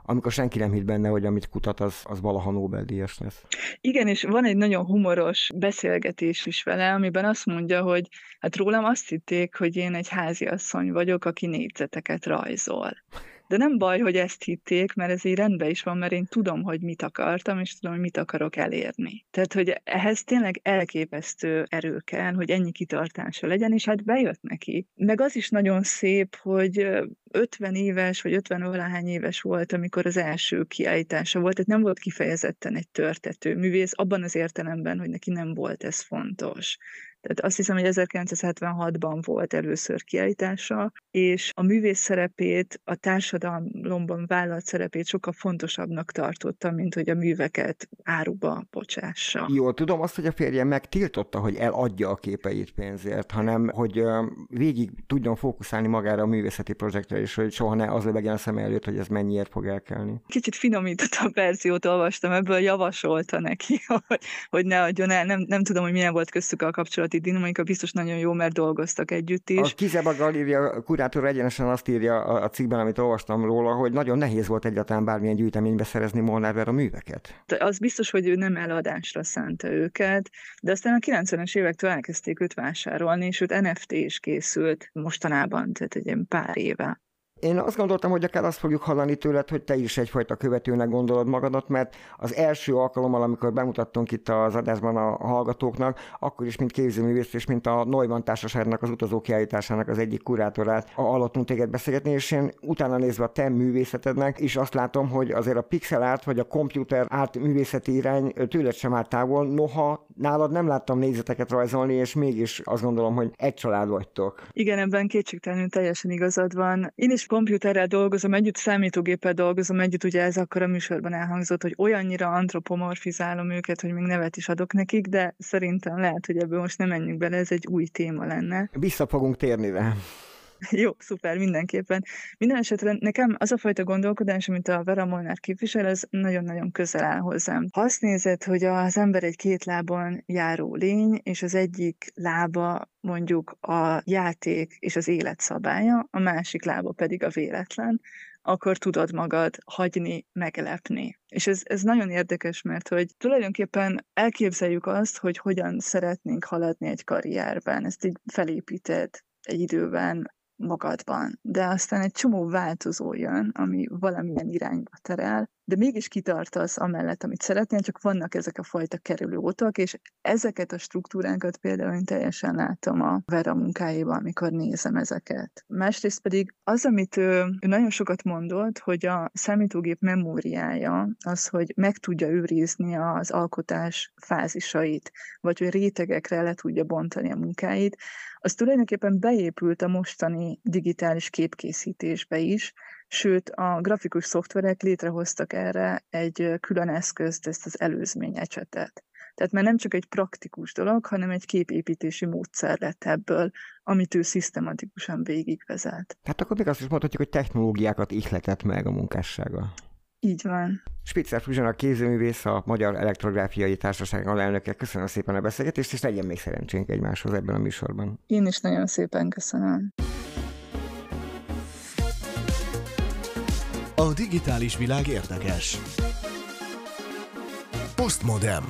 amikor senki nem hitt benne, hogy amit kutat, az, az valaha Nobel-díjas lesz. Igen, és van egy nagyon humoros beszélgetés is vele, amiben azt mondja, hogy hát rólam azt hitték, hogy én egy háziasszony vagyok, aki négyzeteket rajzol. De nem baj, hogy ezt hitték, mert ez így rendben is van, mert én tudom, hogy mit akartam, és tudom, hogy mit akarok elérni. Tehát, hogy ehhez tényleg elképesztő erő kell, hogy ennyi kitartása legyen, és hát bejött neki. Meg az is nagyon szép, hogy ötven éves, vagy ötven valahány éves volt, amikor az első kiállítása volt, tehát nem volt kifejezetten egy törtető művész, abban az értelemben, hogy neki nem volt ez fontos. Tehát azt hiszem, hogy ezerkilencszázhetvenhatban volt először kiállítása, és a művész szerepét, a társadalomban vállalt szerepét sokkal fontosabbnak tartotta, mint hogy a műveket áruba bocsássa. Jól tudom azt, hogy a férje megtiltotta, hogy eladja a képeit pénzért, hanem hogy végig tudjon fókuszálni magára a művészeti projektre, és hogy soha ne az lebegjen a szem előtt, hogy ez mennyiért fog elkelni. Kicsit finomítottabb verziót olvastam, ebből javasolta neki, hogy, hogy ne adjon el. Nem, nem tudom, hogy milyen volt köztük a kapcsolat dinamika, biztos nagyon jó, mert dolgoztak együtt is. A Kizeba Galéria kurátor egyenesen azt írja a cikkben, amit olvastam róla, hogy nagyon nehéz volt egyáltalán bármilyen gyűjteménybe szerezni Molnár Vera műveket. Az biztos, hogy ő nem eladásra szánta őket, de aztán a kilencvenes évektől elkezdték őt vásárolni, és őt en ef té is készült mostanában, tehát egy ilyen pár éve. Én azt gondoltam, hogy akár azt fogjuk hallani tőled, hogy te is egyfajta követőnek gondolod magadat, mert az első alkalommal, amikor bemutattunk itt az adásban a hallgatóknak, akkor is mint képzőművész és mint a Neumann Társaságnak az utazó kiállításának az egyik kurátorát hallottunk téged beszélgetni, és én utána nézve a te művészetednek is azt látom, hogy azért a pixel art vagy a computer art művészeti irány tőled sem áll távol, noha nálad nem láttam négyzeteket rajzolni, és mégis azt gondolom, hogy egy család vagytok. Igen, ebben kétségtelenül teljesen igazad van. Én is komputerrel dolgozom együtt, számítógéppel dolgozom együtt, ugye ez akkor a műsorban elhangzott, hogy olyannyira antropomorfizálom őket, hogy még nevet is adok nekik, de szerintem lehet, hogy ebből most nem menjünk bele, ez egy új téma lenne. Vissza fogunk térni rá. Jó, szuper, mindenképpen. Minden esetre nekem az a fajta gondolkodás, amit a Vera Molnár képvisel, ez nagyon-nagyon közel áll hozzám. Ha azt nézed, hogy az ember egy két lábon járó lény, és az egyik lába mondjuk a játék és az élet szabálya, a másik lába pedig a véletlen, akkor tudod magad hagyni, meglepni. És ez, ez nagyon érdekes, mert hogy tulajdonképpen elképzeljük azt, hogy hogyan szeretnénk haladni egy karrierben. Ezt így felépíted egy időben magadban, de aztán egy csomó változó jön, ami valamilyen irányba terel, de mégis kitartasz amellett, amit szeretnél, csak vannak ezek a fajta kerülő utak, és ezeket a struktúránkat például én teljesen látom a Vera munkáiban, amikor nézem ezeket. Másrészt pedig az, amit ő, ő nagyon sokat mondott, hogy a számítógép memóriája az, hogy meg tudja őrizni az alkotás fázisait, vagy hogy rétegekre le tudja bontani a munkáit, az tulajdonképpen beépült a mostani digitális képkészítésbe is, sőt a grafikus szoftverek létrehoztak erre egy külön eszközt, ezt az előzményecsetet. Tehát már nem csak egy praktikus dolog, hanem egy képépítési módszer lett ebből, amit ő szisztematikusan végigvezet. Tehát akkor még azt is mondhatjuk, hogy technológiákat ihletett meg a munkássága. Így van. Spitzer Fruzsana, a képzőművész, a Magyar Elektrográfiai Társaság alelnöke. Köszönöm szépen a beszélgetést, és legyen még szerencsénk egymáshoz ebben a műsorban. Én is nagyon szépen köszönöm. A digitális világ érdekes. Postmodem.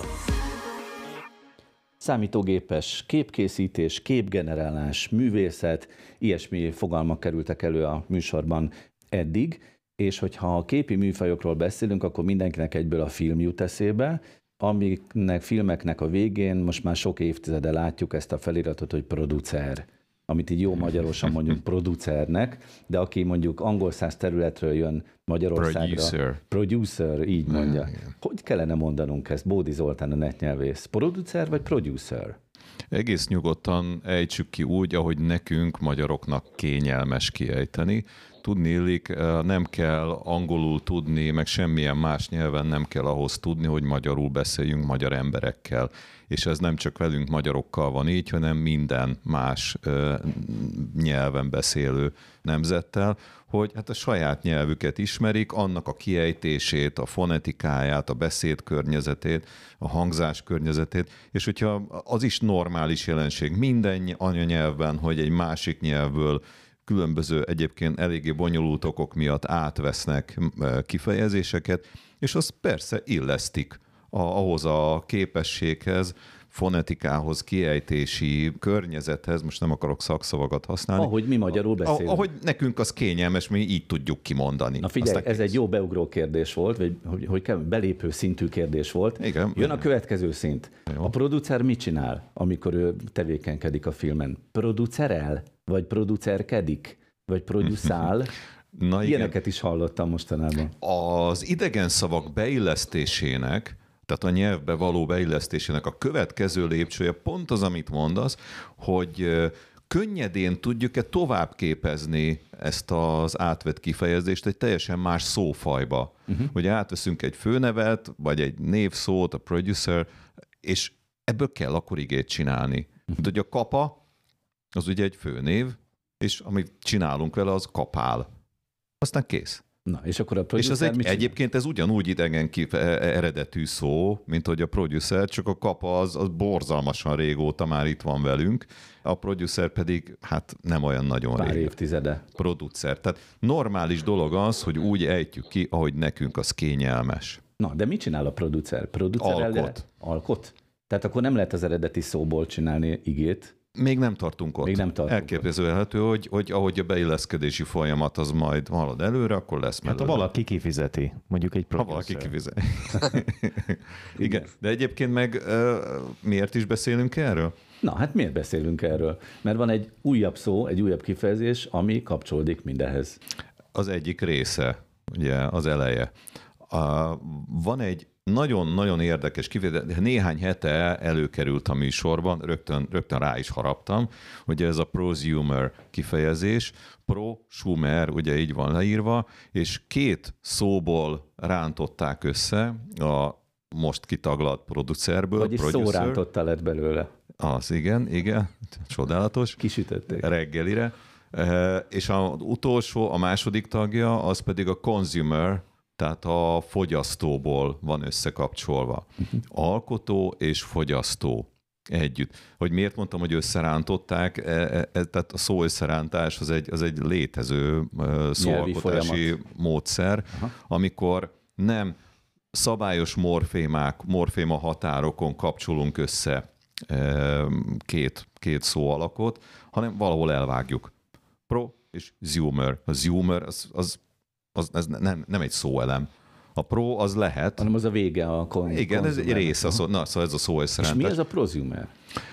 Számítógépes képkészítés, képgenerálás, művészet, ilyesmi fogalmak kerültek elő a műsorban eddig, és hogyha a képi műfajokról beszélünk, akkor mindenkinek egyből a film jut eszébe, amiknek filmeknek a végén most már sok évtizede látjuk ezt a feliratot, hogy producer, amit így jó magyarosan mondjuk producernek, de aki mondjuk angol száz területről jön Magyarországra. Producer. Producer, így mondja. Hogy kellene mondanunk ezt? Bódi Zoltán, a netnyelvész. Producer vagy producer? Egész nyugodtan ejtsük ki úgy, ahogy nekünk, magyaroknak kényelmes kiejteni. Tudni illik, nem kell angolul tudni, meg semmilyen más nyelven nem kell ahhoz tudni, hogy magyarul beszéljünk magyar emberekkel. És ez nem csak velünk magyarokkal van így, hanem minden más ö, nyelven beszélő nemzettel, hogy hát a saját nyelvüket ismerik, annak a kiejtését, a fonetikáját, a beszédkörnyezetét, a hangzáskörnyezetét, és hogyha az is normális jelenség minden anyanyelvben, hogy egy másik nyelvből különböző egyébként eléggé bonyolult okok miatt átvesznek kifejezéseket, és azt persze illesztik ahhoz a képességhez, fonetikához, kiejtési környezethez, most nem akarok szakszavakat használni. Ahogy mi magyarul beszélünk. Ahogy nekünk az kényelmes, mi így tudjuk kimondani. Na figyelj, ez egy jó beugró kérdés volt, vagy hogy, hogy kell, belépő szintű kérdés volt. Igen. Jön a következő szint. Jó. A producer mit csinál, amikor ő tevékenykedik a filmen? Producerel? Vagy producerkedik? Vagy producál? Na, ilyeneket is hallottam mostanában. Az idegen szavak beillesztésének, tehát a nyelvbe való beillesztésének a következő lépcsője pont az, amit mondasz, hogy könnyedén tudjuk-e tovább képezni ezt az átvett kifejezést egy teljesen más szófajba. Uh-huh. Hogy átveszünk egy főnevet, vagy egy névszót, a producer, és ebből kell akkor igét csinálni. Uh-huh. Mint hogy a kapa, az ugye egy főnév, és amit csinálunk vele, az kapál. Aztán kész. Na, és akkor a és az egy, egyébként ez ugyanúgy idegen kif- eredetű szó, mint hogy a producer, csak a kapa az, az borzalmasan régóta már itt van velünk, a producer pedig hát nem olyan nagyon Pár régen. évtizede. Producer. Tehát normális dolog az, hogy úgy ejtjük ki, ahogy nekünk az kényelmes. Na, de mit csinál a producer? Producer Alkot. Alkot? Tehát akkor nem lehet az eredeti szóból csinálni igét. Még nem tartunk ott. Még nem tartunk. Elképzelhető, hogy, hogy ahogy a beilleszkedési folyamat az majd halad előre, akkor lesz mellőle. Hát ha valaki kifizeti, mondjuk egy producer. Ha valaki kifizeti. Igen. De egyébként meg uh, miért is beszélünk erről? Na, hát miért beszélünk erről? Mert van egy újabb szó, egy újabb kifejezés, ami kapcsolódik mindenhez. Az egyik része, ugye az eleje. Uh, van egy nagyon-nagyon érdekes kifejezés, néhány hete előkerült a műsorban, rögtön, rögtön rá is haraptam, ugye ez a prosumer kifejezés, prosumer, ugye így van leírva, és két szóból rántották össze a most kitaglalt producerből. Vagyis szó rántotta lett belőle. Az, igen, igen, csodálatos. Kisütötték. Reggelire. És az utolsó, a második tagja, az pedig a consumer, tehát a fogyasztóból van összekapcsolva. Uh-huh. Alkotó és fogyasztó együtt. Hogy miért mondtam, hogy összerántották, e, e, tehát a szó összerántás az egy, az egy létező szóalkotási módszer, uh-huh. amikor nem szabályos morfémák, morféma határokon kapcsolunk össze két, két szó alakot, hanem valahol elvágjuk. Pro és zoomer. A zoomer az, az Az, ez nem, nem egy szóelem. A pro az lehet. Hanem az a vége a kon- Igen, ez egy része. Szó, na, szóval ez a szó összerántás. És mi ez a prosumer?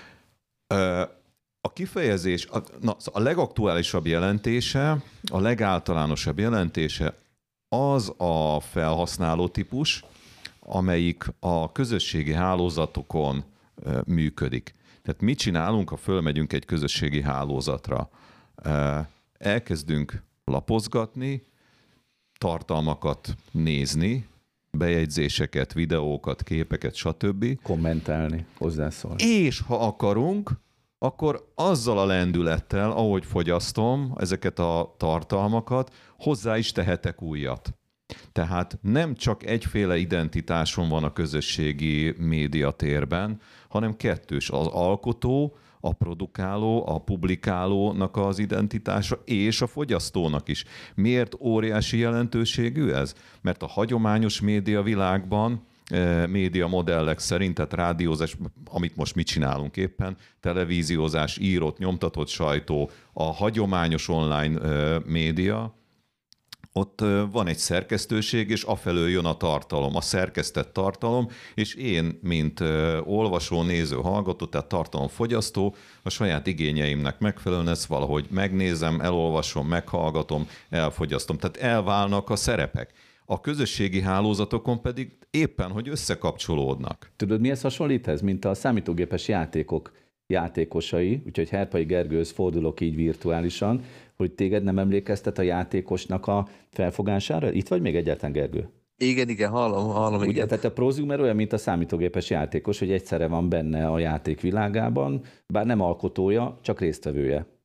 A kifejezés, a, na, a legaktuálisabb jelentése, a legáltalánosabb jelentése az a felhasználó típus, amelyik a közösségi hálózatokon működik. Tehát mit csinálunk, ha fölmegyünk egy közösségi hálózatra? Elkezdünk lapozgatni, tartalmakat nézni, bejegyzéseket, videókat, képeket, stb. Kommentálni, hozzászólni. És ha akarunk, akkor azzal a lendülettel, ahogy fogyasztom ezeket a tartalmakat, hozzá is tehetek újat. Tehát nem csak egyféle identitásom van a közösségi médiatérben, hanem kettős. Az alkotó, a produkáló, a publikálónak az identitása, és a fogyasztónak is. Miért óriási jelentőségű ez? Mert a hagyományos média világban, média modellek szerint, tehát rádiózás, amit most mi csinálunk éppen, televíziózás, írott, nyomtatott sajtó, a hagyományos online média, ott van egy szerkesztőség, és afelől jön a tartalom, a szerkesztett tartalom, és én, mint olvasó, néző, hallgató, tehát tartalomfogyasztó, a saját igényeimnek megfelelően ezt valahogy megnézem, elolvasom, meghallgatom, elfogyasztom. Tehát elválnak a szerepek. A közösségi hálózatokon pedig éppen, hogy összekapcsolódnak. Tudod, mihez hasonlít ez? Mint a számítógépes játékok játékosai, úgyhogy Herpai Gergőhöz fordulok így virtuálisan, hogy téged nem emlékeztet a játékosnak a felfogására? Itt vagy még egyáltalán, Gergő? Igen, igen, hallom, hallom. Ugye, igen. tehát a prosumer olyan, mint a számítógépes játékos, hogy egyszerre van benne a játék világában, bár nem alkotója, csak résztvevője.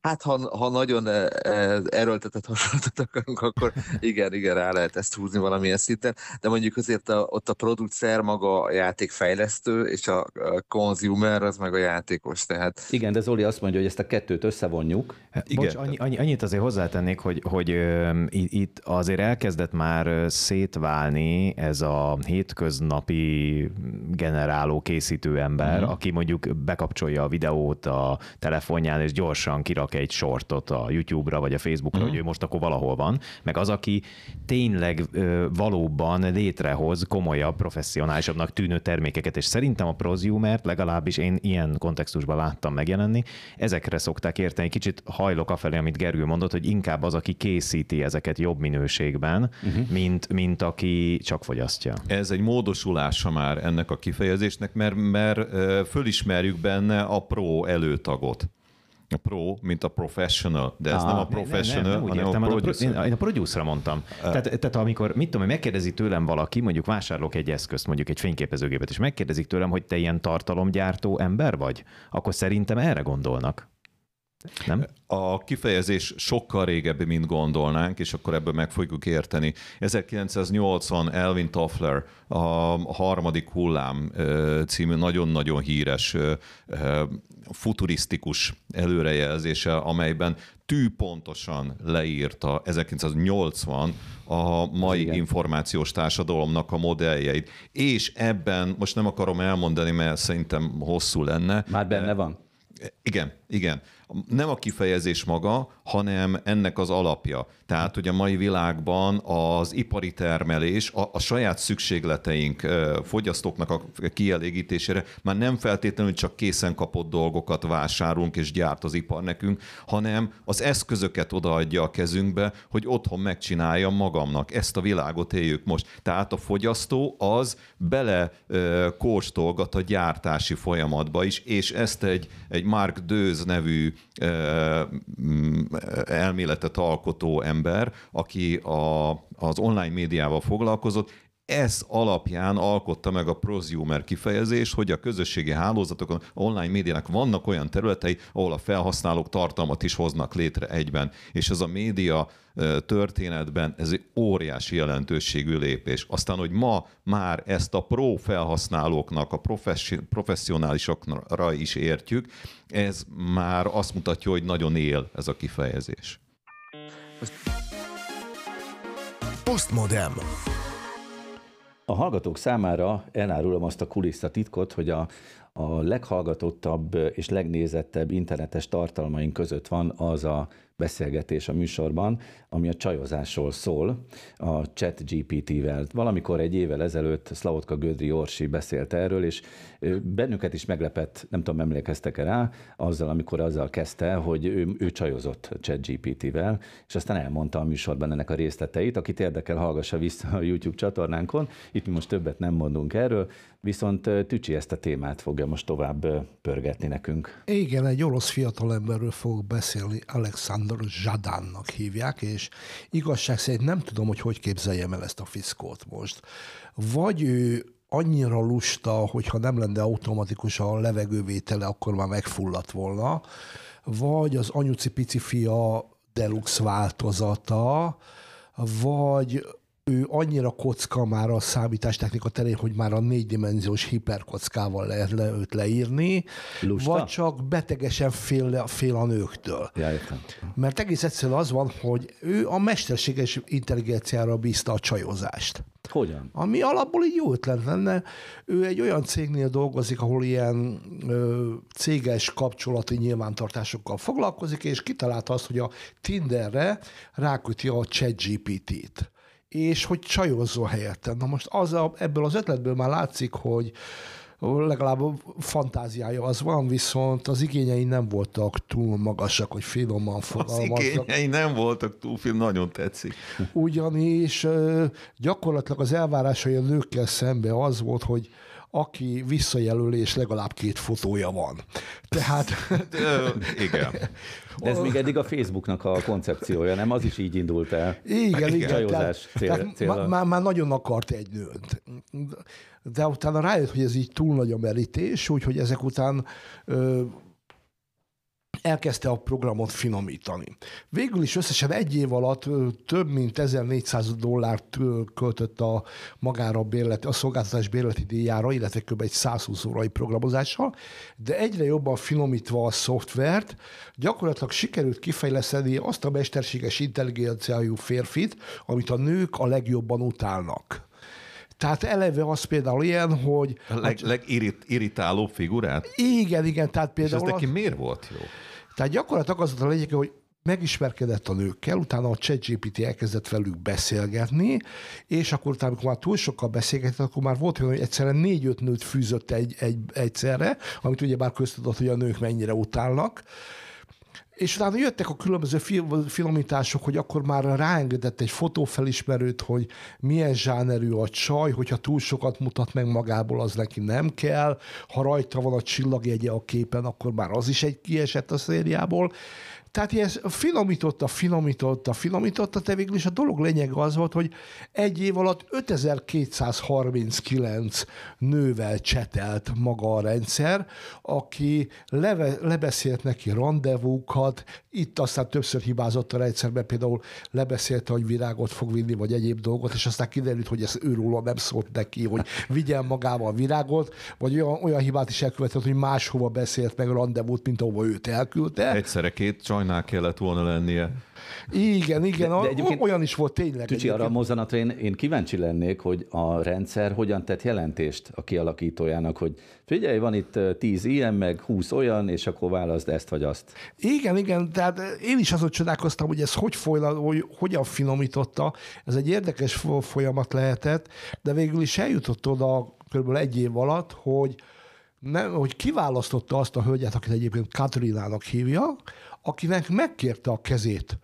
Hát, ha, ha nagyon erőltetett hasonlatot akarunk, akkor igen, igen, rá lehet ezt húzni valamilyen szinten, de mondjuk azért a, ott a producer maga a játékfejlesztő, és a, a consumer az meg a játékos, tehát... Igen, de Zoli azt mondja, hogy ezt a kettőt összevonjuk. Igen. Bocs, annyi, annyi, annyit azért hozzátennék, hogy, hogy uh, itt azért elkezdett már szétválni ez a hétköznapi generáló készítő ember, uh-huh. aki mondjuk bekapcsolja a videót a telefonján, és gyorsan kirak egy sortot a YouTube-ra vagy a Facebookra, uh-huh. hogy ő most akkor valahol van, meg az, aki tényleg ö, valóban létrehoz komolyabb, professzionálisabbnak tűnő termékeket, és szerintem a prosumert legalábbis én ilyen kontextusban láttam megjelenni, ezekre szokták érteni. Kicsit hajlok afelé, amit Gergő mondott, hogy inkább az, aki készíti ezeket jobb minőségben, uh-huh. mint, mint aki csak fogyasztja. Ez egy módosulása már ennek a kifejezésnek, mert, mert fölismerjük benne a pro előtagot. A pro, mint a professional, de ez ah, nem a professional, nem, nem, nem, hanem értem, a producer. A, én a producerra mondtam. Uh, tehát, tehát amikor, mit tudom, megkérdezi tőlem valaki, mondjuk vásárolok egy eszközt, mondjuk egy fényképezőgépet, és megkérdezik tőlem, hogy te ilyen tartalomgyártó ember vagy, akkor szerintem erre gondolnak. Nem? A kifejezés sokkal régebbi, mint gondolnánk, és akkor ebből meg fogjuk érteni. ezerkilencszáznyolcvan Alvin Toffler, a harmadik hullám című nagyon-nagyon híres futurisztikus előrejelzése, amelyben tűpontosan leírta ezerkilencszáznyolcvan a mai igen. információs társadalomnak a modelljeit. És ebben, most nem akarom elmondani, mert szerintem hosszú lenne. Már benne van? Igen, igen. Nem a kifejezés maga, hanem ennek az alapja. Tehát, hogy a mai világban az ipari termelés, a, a saját szükségleteink, fogyasztóknak a kielégítésére már nem feltétlenül csak készen kapott dolgokat vásárolunk és gyárt az ipar nekünk, hanem az eszközöket odaadja a kezünkbe, hogy otthon megcsináljam magamnak. Ezt a világot éljük most. Tehát a fogyasztó az bele kóstolgat a gyártási folyamatba is, és ezt egy, egy Mark Döz nevű elméletet alkotó ember, aki a, az online médiával foglalkozott, ez alapján alkotta meg a prosumer kifejezést, hogy a közösségi hálózatokon, online médiának vannak olyan területei, ahol a felhasználók tartalmat is hoznak létre egyben. És ez a média történetben ez egy óriási jelentőségű lépés. Aztán, hogy ma már ezt a pro felhasználóknak, a professzionálisokra is értjük, ez már azt mutatja, hogy nagyon él ez a kifejezés. Postmodem. A hallgatók számára elárulom azt a kulisszatitkot, hogy a, a leghallgatottabb és legnézettebb internetes tartalmaink között van az a beszélgetés a műsorban, ami a csajozásról szól, a ChatGPT-vel. Valamikor egy évvel ezelőtt Szlahotka Gödri Orsi beszélt erről, és bennünket is meglepett, nem tudom, emlékeztek-e rá, azzal, amikor azzal kezdte, hogy ő, ő csajozott ChatGPT-vel, és aztán elmondta a műsorban ennek a részleteit. Akit érdekel, hallgassa vissza a YouTube csatornánkon. Itt mi most többet nem mondunk erről, viszont Tücsi ezt a témát fogja most tovább pörgetni nekünk. Igen, egy orosz fiatalemberről fogok beszélni, Alexander Zsadánnak hívják, és igazság szerint nem tudom, hogy hogy képzeljem el ezt a fiszkót most. Vagy ő annyira lusta, hogyha nem lenne automatikus a levegővétele, akkor már megfulladt volna, vagy az anyuci pici fia deluxe változata, vagy ő annyira kocka már a számítástechnika terén, hogy már a négydimenziós hiperkockával lehet le őt leírni, lusta? Vagy csak betegesen fél, fél a nőktől. Ja, értem. Mert egész egyszerűen az van, hogy ő a mesterséges intelligenciára bízta a csajozást. Hogyan? Ami alapból így jó ötlet lenne. Ő egy olyan cégnél dolgozik, ahol ilyen ö, céges kapcsolati nyilvántartásokkal foglalkozik, és kitalálta azt, hogy a Tinderre ráköti a ChatGPT-t. És hogy csajozzon helyette. Na most az a, ebből az ötletből már látszik, hogy legalább fantáziája az van, viszont az igényei nem voltak túl magasak, hogy finoman fogalmaznak. Az igényei nem voltak túl finom, nagyon tetszik. Ugyanis gyakorlatilag az elvárásai a nőkkel szembe az volt, hogy aki visszajelöli, és legalább két fotója van. Tehát... Igen. De ez még eddig a Facebooknak a koncepciója, nem? Az is így indult el. Igen, igen. Csajozás cél, cél. Már, már nagyon akart egy nőt. De utána rájött, hogy ez így túl nagy a merítés, úgyhogy ezek után ö, elkezdte a programot finomítani. Végül is összesen egy év alatt több mint ezernégyszáz dollárt költött a magára a, bérlet, a szolgáltatás bérleti díjára, illetve kb. Egy százhúsz órai programozással, de egyre jobban finomítva a szoftvert, gyakorlatilag sikerült kifejleszteni azt a mesterséges intelligenciájú férfit, amit a nők a legjobban utálnak. Tehát eleve az például ilyen, hogy... A leg, legirritálóbb figurát? Igen, igen. Tehát például és ez neki az... miért volt jó? Tehát gyakorlatilag az a lényeg, hogy megismerkedett a nőkkel, utána a ChatGPT elkezdett velük beszélgetni, és akkor utána, amikor már túl sokkal beszélgetett, akkor már volt olyan, hogy egyszerűen négy-öt nőt fűzött egy, egy, egyszerre, amit ugye már köztudott, hogy a nők mennyire utálnak. És utána jöttek a különböző finomítások, hogy akkor már ráengedett egy fotófelismerőt, hogy milyen zsánerű a csaj, hogyha túl sokat mutat meg magából, az neki nem kell. Ha rajta van a csillagjegye a képen, akkor már az is egy kiesett a szériából. Tehát ilyen finomította, finomította, finomította, de végül is a dolog lényege az volt, hogy egy év alatt ötezer-kétszázharminckilenc nővel csetelt maga a rendszer, aki leve, lebeszélt neki randevúkat, itt aztán többször hibázott a rendszerben, például lebeszélte, hogy virágot fog vinni, vagy egyéb dolgot, és aztán kiderült, hogy ez őróla nem szólt neki, hogy vigyen magával virágot, vagy olyan, olyan hibát is elkövetett, hogy máshova beszélt meg randevút, mint ahova őt elküldte. Egyszerre két csajnál kellett volna lennie. Igen, igen, de, de olyan is volt tényleg. Tücsi, arra a mozzanatra én, én kíváncsi lennék, hogy a rendszer hogyan tett jelentést a kialakítójának, hogy figyelj, van itt tíz ilyen, meg húsz olyan, és akkor válaszd ezt vagy azt. Igen, igen, tehát én is azon csodálkoztam, hogy ez hogy folyla, hogy hogyan finomította. Ez egy érdekes folyamat lehetett, de végül is eljutott oda körülbelül egy év alatt, hogy, nem, hogy kiválasztotta azt a hölgyet, akit egyébként Katrinának hívja, akinek megkérte a kezét.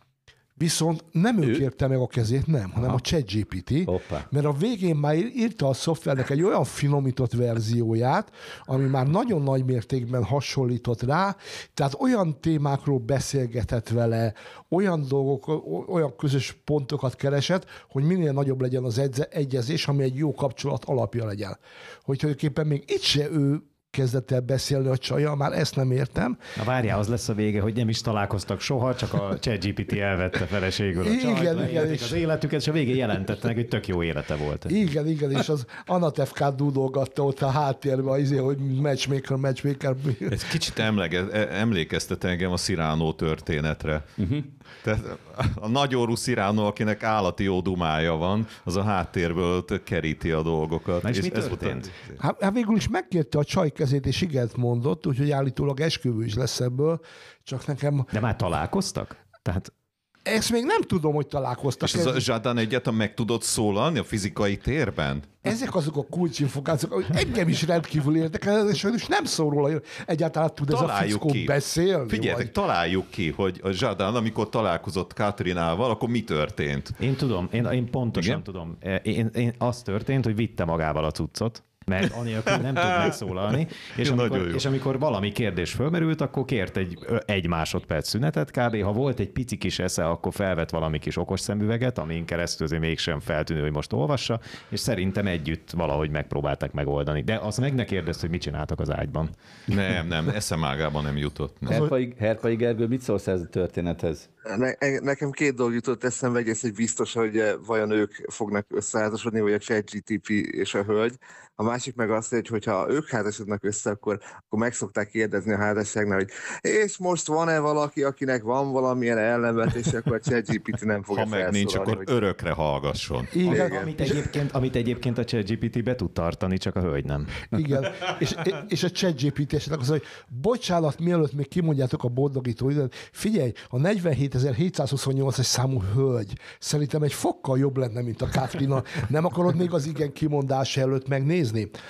Viszont nem ő, ő kérte meg a kezét, nem, hanem Aha. a ChatGPT, mert a végén már írta a szoftvernek egy olyan finomított verzióját, ami már nagyon nagy mértékben hasonlított rá, tehát olyan témákról beszélgetett vele, olyan dolgok, olyan közös pontokat keresett, hogy minél nagyobb legyen az egyezés, ami egy jó kapcsolat alapja legyen. Hogy tulajdonképpen még itt se ő kezdett el beszélni a csajjal, már ezt nem értem. Na várjál, az lesz a vége, hogy nem is találkoztak soha, csak a ChatGPT elvette feleségül a csajt, igen, igen, és az életüket, és a végén jelentettek, hogy tök jó élete volt. Igen, igen, és az Anatevkát dúdolgatta ott a háttérben, azért, hogy matchmaker, matchmaker. Ez kicsit emlege, emlékeztet engem a Cyrano történetre. Uh-huh. Tehát a nagyorú Cyrano, akinek állati jó dumája van, az a háttérből keríti a dolgokat. Na és, és mi történt? Hát, hát végül is megkérte a csaj kezét, és igent mondott, úgyhogy állítólag esküvő is lesz ebből, csak nekem... De már találkoztak? Tehát... Ezt még nem tudom, hogy találkoztak. És ez a Zsadán egyáltalán meg tudott szólalni a fizikai térben? Ezek azok a kulcsinfogációk, hogy engem is rendkívül érdekel, és nem szól róla, hogy egyáltalán tud találjuk ez a fickó ki. beszélni. Figyeljetek, vagy... találjuk ki, hogy a Zsadán, amikor találkozott Katrinával, akkor mi történt? Én tudom, én, én pontosan Igen? tudom. Én, én, az történt, hogy vitte magával a cuccot, mert anélkül nem tud megszólalni, és amikor, és amikor valami kérdés fölmerült, akkor kért egy, egy másodperc szünetet kb. Ha volt egy pici kis esze, akkor felvett valami kis okos szemüveget, amin keresztül azért mégsem feltűnő, hogy most olvassa, és szerintem együtt valahogy megpróbálták megoldani. De azt meg ne kérdezd, hogy mit csináltak az ágyban. Nem, nem, eszemágában nem jutott. Herpai, Herpai Gergő, mit szólsz ez a történethez? Ne, nekem két dolog jutott eszembe, egyrészt, hogy biztos, hogy vajon ők fognak összeházasodni, vagy a ChatGPT és a hölgy. A másik meg az, hogy hogyha ők házasodnak össze, akkor, akkor meg szokták kérdezni a házasságnál, hogy és most van-e valaki, akinek van valamilyen ellenvetés, akkor a ChatGPT nem fogja Ha meg nincs, akkor hogy... örökre hallgasson. Igen. Igen. Amit, egyébként, amit egyébként a ChatGPT be tud tartani, csak a hölgy nem. Igen, és, és a ChatGPT esetleg az, hogy bocsánat, mielőtt még kimondjátok a boldogító időt, figyelj, a negyvenhétezer-hétszázhuszonnyolcas számú hölgy szerintem egy fokkal jobb lenne, mint a Katrina. Nem akarod még az igen kimondása előtt megnézni?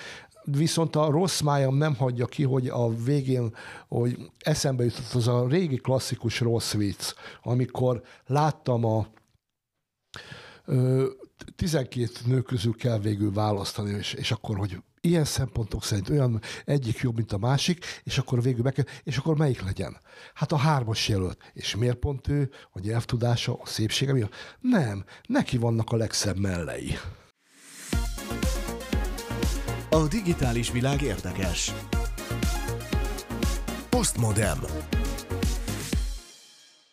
Viszont a rossz májam nem hagyja ki, hogy a végén, hogy eszembe jutott az a régi klasszikus rossz vicc, amikor láttam a ö, tizenkét nő közül kell végül választani, és, és akkor, hogy ilyen szempontok szerint olyan egyik jobb, mint a másik, és akkor végül meg kell, és akkor melyik legyen? Hát a hármas jelölt. És miért pont ő? A nyelvtudása, a szépsége miatt? Nem, neki vannak a legszebb mellei. A digitális világ érdekes. Postmodern.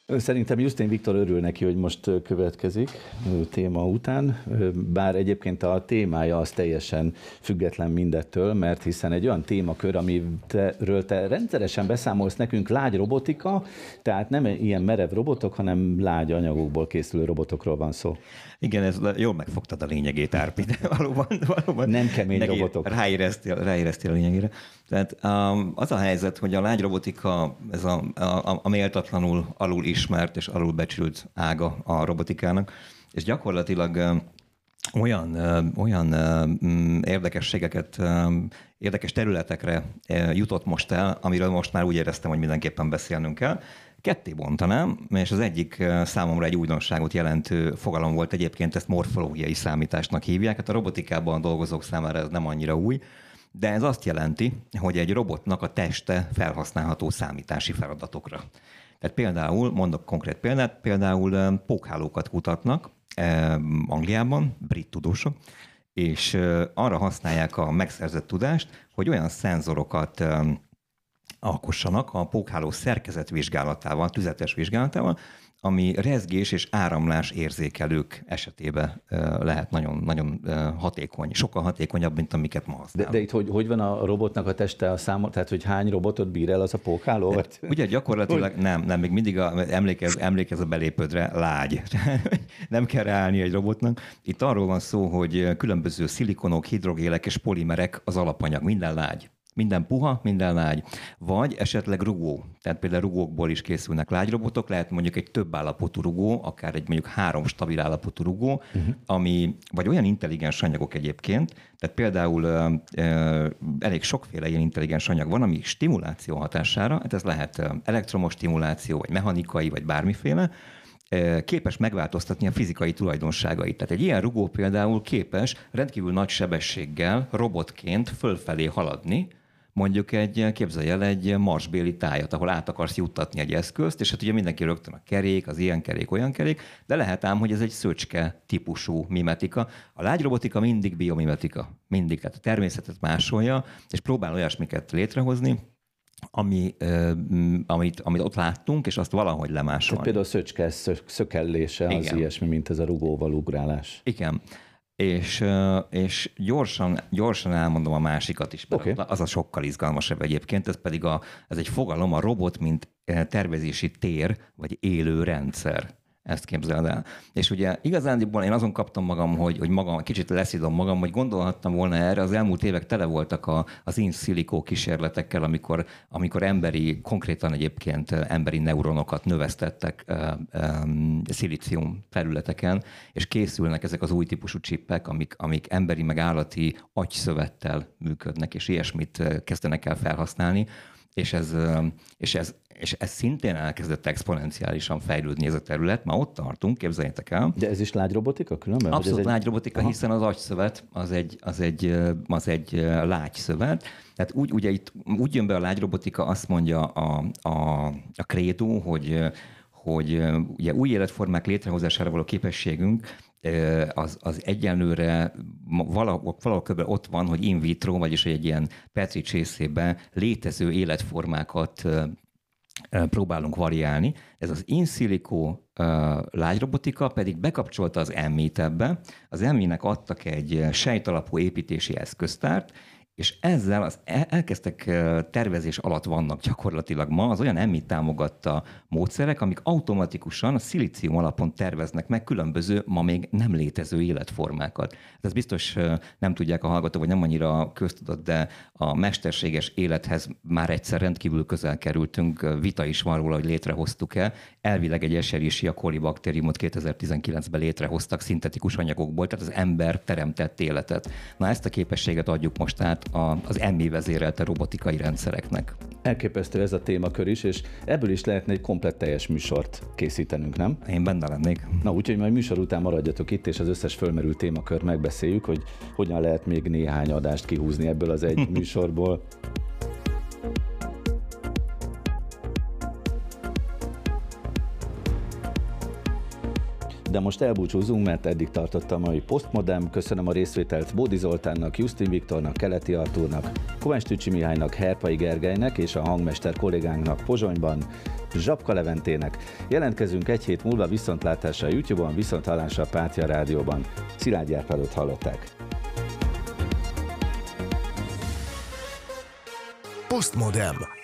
Szerintem Justin Viktor örül neki, hogy most következik téma után, bár egyébként a témája az teljesen független mindettől, mert hiszen egy olyan témakör, amiről te rendszeresen beszámolsz nekünk, lágy robotika, tehát nem ilyen merev robotok, hanem lágy anyagokból készülő robotokról van szó. Igen, ez jól megfogtad a lényegét, Árpi, de valóban, valóban nem kemény neki robotok. Ráéreztél, ráéreztél a lényegére. Tehát um, az a helyzet, hogy a lágy robotika, ez a, a, a méltatlanul alul ismert és alul becsült ága a robotikának, és gyakorlatilag um, olyan, um, olyan um, érdekességeket, um, érdekes területekre uh, jutott most el, amiről most már úgy éreztem, hogy mindenképpen beszélnünk kell. Ketté bontanám, és az egyik számomra egy újdonságot jelentő fogalom volt, egyébként ezt morfológiai számításnak hívják. Hát a robotikában dolgozók számára ez nem annyira új, de ez azt jelenti, hogy egy robotnak a teste felhasználható számítási feladatokra. Tehát például, mondok konkrét példát, például pókhálókat kutatnak Angliában, brit tudósok, és arra használják a megszerzett tudást, hogy olyan szenzorokat alkossanak a pókháló szerkezet vizsgálatával, tüzetes vizsgálatával, ami rezgés és áramlás érzékelők esetében lehet nagyon, nagyon hatékony, sokkal hatékonyabb, mint amiket ma használunk. De, de itt hogy, hogy van a robotnak a teste a számot, tehát hogy hány robotot bír el az a pókháló? Hát, ugye gyakorlatilag nem, nem, még mindig a, emlékez, emlékez a belépődre, lágy. Nem kell ráállni egy robotnak. Itt arról van szó, hogy különböző szilikonok, hidrogélek és polimerek az alapanyag, minden lágy. Minden puha, minden lágy. Vagy esetleg rugó. Tehát például rugókból is készülnek lágyrobotok, lehet mondjuk egy több állapotú rugó, akár egy mondjuk három stabil állapotú rugó, uh-huh. ami, vagy olyan intelligens anyagok egyébként, tehát például ö, ö, elég sokféle ilyen intelligens anyag van, ami stimuláció hatására, hát ez lehet elektromos stimuláció, vagy mechanikai, vagy bármiféle, képes megváltoztatni a fizikai tulajdonságait. Tehát egy ilyen rugó például képes rendkívül nagy sebességgel robotként fölfelé haladni, mondjuk egy, képzelj el egy marsbéli tájat, ahol át akarsz juttatni egy eszközt, és hát ugye mindenki rögtön a kerék, az ilyen kerék, olyan kerék, de lehet ám, hogy ez egy szöcske típusú mimetika. A lágyrobotika mindig biomimetika, mindig, tehát a természetet másolja, és próbál olyasmiket létrehozni, ami, uh, amit, amit ott láttunk, és azt valahogy lemásolni. Tehát például a szöcske szökellése az Igen. ilyesmi, mint ez a rugóval ugrálás. Igen. És, és gyorsan, gyorsan elmondom a másikat is. Okay. Az a sokkal izgalmasabb egyébként, ez pedig a, ez egy fogalom, a robot, mint tervezési tér, vagy élő rendszer. Ezt képzeld el. És ugye igazándiból én azon kaptam magam, hogy, hogy magam, kicsit leszidom magam, hogy gondolhattam volna erre, az elmúlt évek tele voltak a, az in silico kísérletekkel, amikor, amikor emberi, konkrétan egyébként emberi neuronokat növesztettek uh, um, szilícium felületeken, és készülnek ezek az új típusú csippek, amik, amik emberi meg állati agyszövettel működnek, és ilyesmit kezdenek el felhasználni, és ez, és ez és ez szintén elkezdett exponenciálisan fejlődni ez a terület, ma ott tartunk, képzeljétek el. De ez is lágyrobotika különben? Abszolút egy... lágyrobotika, Aha. hiszen az agyszövet az egy, az egy, az egy lágyszövet. Tehát úgy, ugye itt úgy jön be a lágyrobotika, azt mondja a, a, a credo, hogy, hogy ugye új életformák létrehozására való képességünk az, az egyenlőre valahol, valahol kb. Ott van, hogy in vitro, vagyis egy ilyen petri csészében létező életformákat próbálunk variálni. Ez az in silico uh, lágyrobotika pedig bekapcsolta az em i-t ebbe. Az em i-nek adtak egy sejtalapú építési eszköztárt, és ezzel az elkezdtek tervezés alatt vannak gyakorlatilag ma az olyan em i támogatta módszerek, amik automatikusan a szilícium alapon terveznek meg különböző, ma még nem létező életformákat. Ez biztos nem tudják a hallgatók, vagy nem annyira köztudott, de a mesterséges élethez már egyszer rendkívül közel kerültünk, vita is van róla, hogy létrehoztuk-e. Elvileg egy Escherichia coli baktériumot kétezer-tizenkilencben létrehoztak szintetikus anyagokból, tehát az ember teremtett életet. Na ezt a képességet adjuk most át az em i vezérelte robotikai rendszereknek. Elképesztő ez a témakör is, és ebből is lehetne egy komplett teljes műsort készítenünk, nem? Én benne lennék. Na, úgyhogy majd műsor után maradjatok itt, és az összes fölmerült témakört megbeszéljük, hogy hogyan lehet még néhány adást kihúzni ebből az egy műsorból. De most elbúcsúzunk, mert eddig tartott a mai Postmodern. Köszönöm a részvételt Bódi Zoltánnak, Justin Viktornak, Keleti Artúrnak, Kovács Tücsi Mihálynak, Herpai Gergelynek és a hangmester kollégánknak Pozsonyban, Zsapka Leventének. Jelentkezünk egy hét múlva, viszontlátásra a YouTube-on, viszonthallásra a Pátia Rádióban. Szilágyi Árpádot hallották. Postmodern.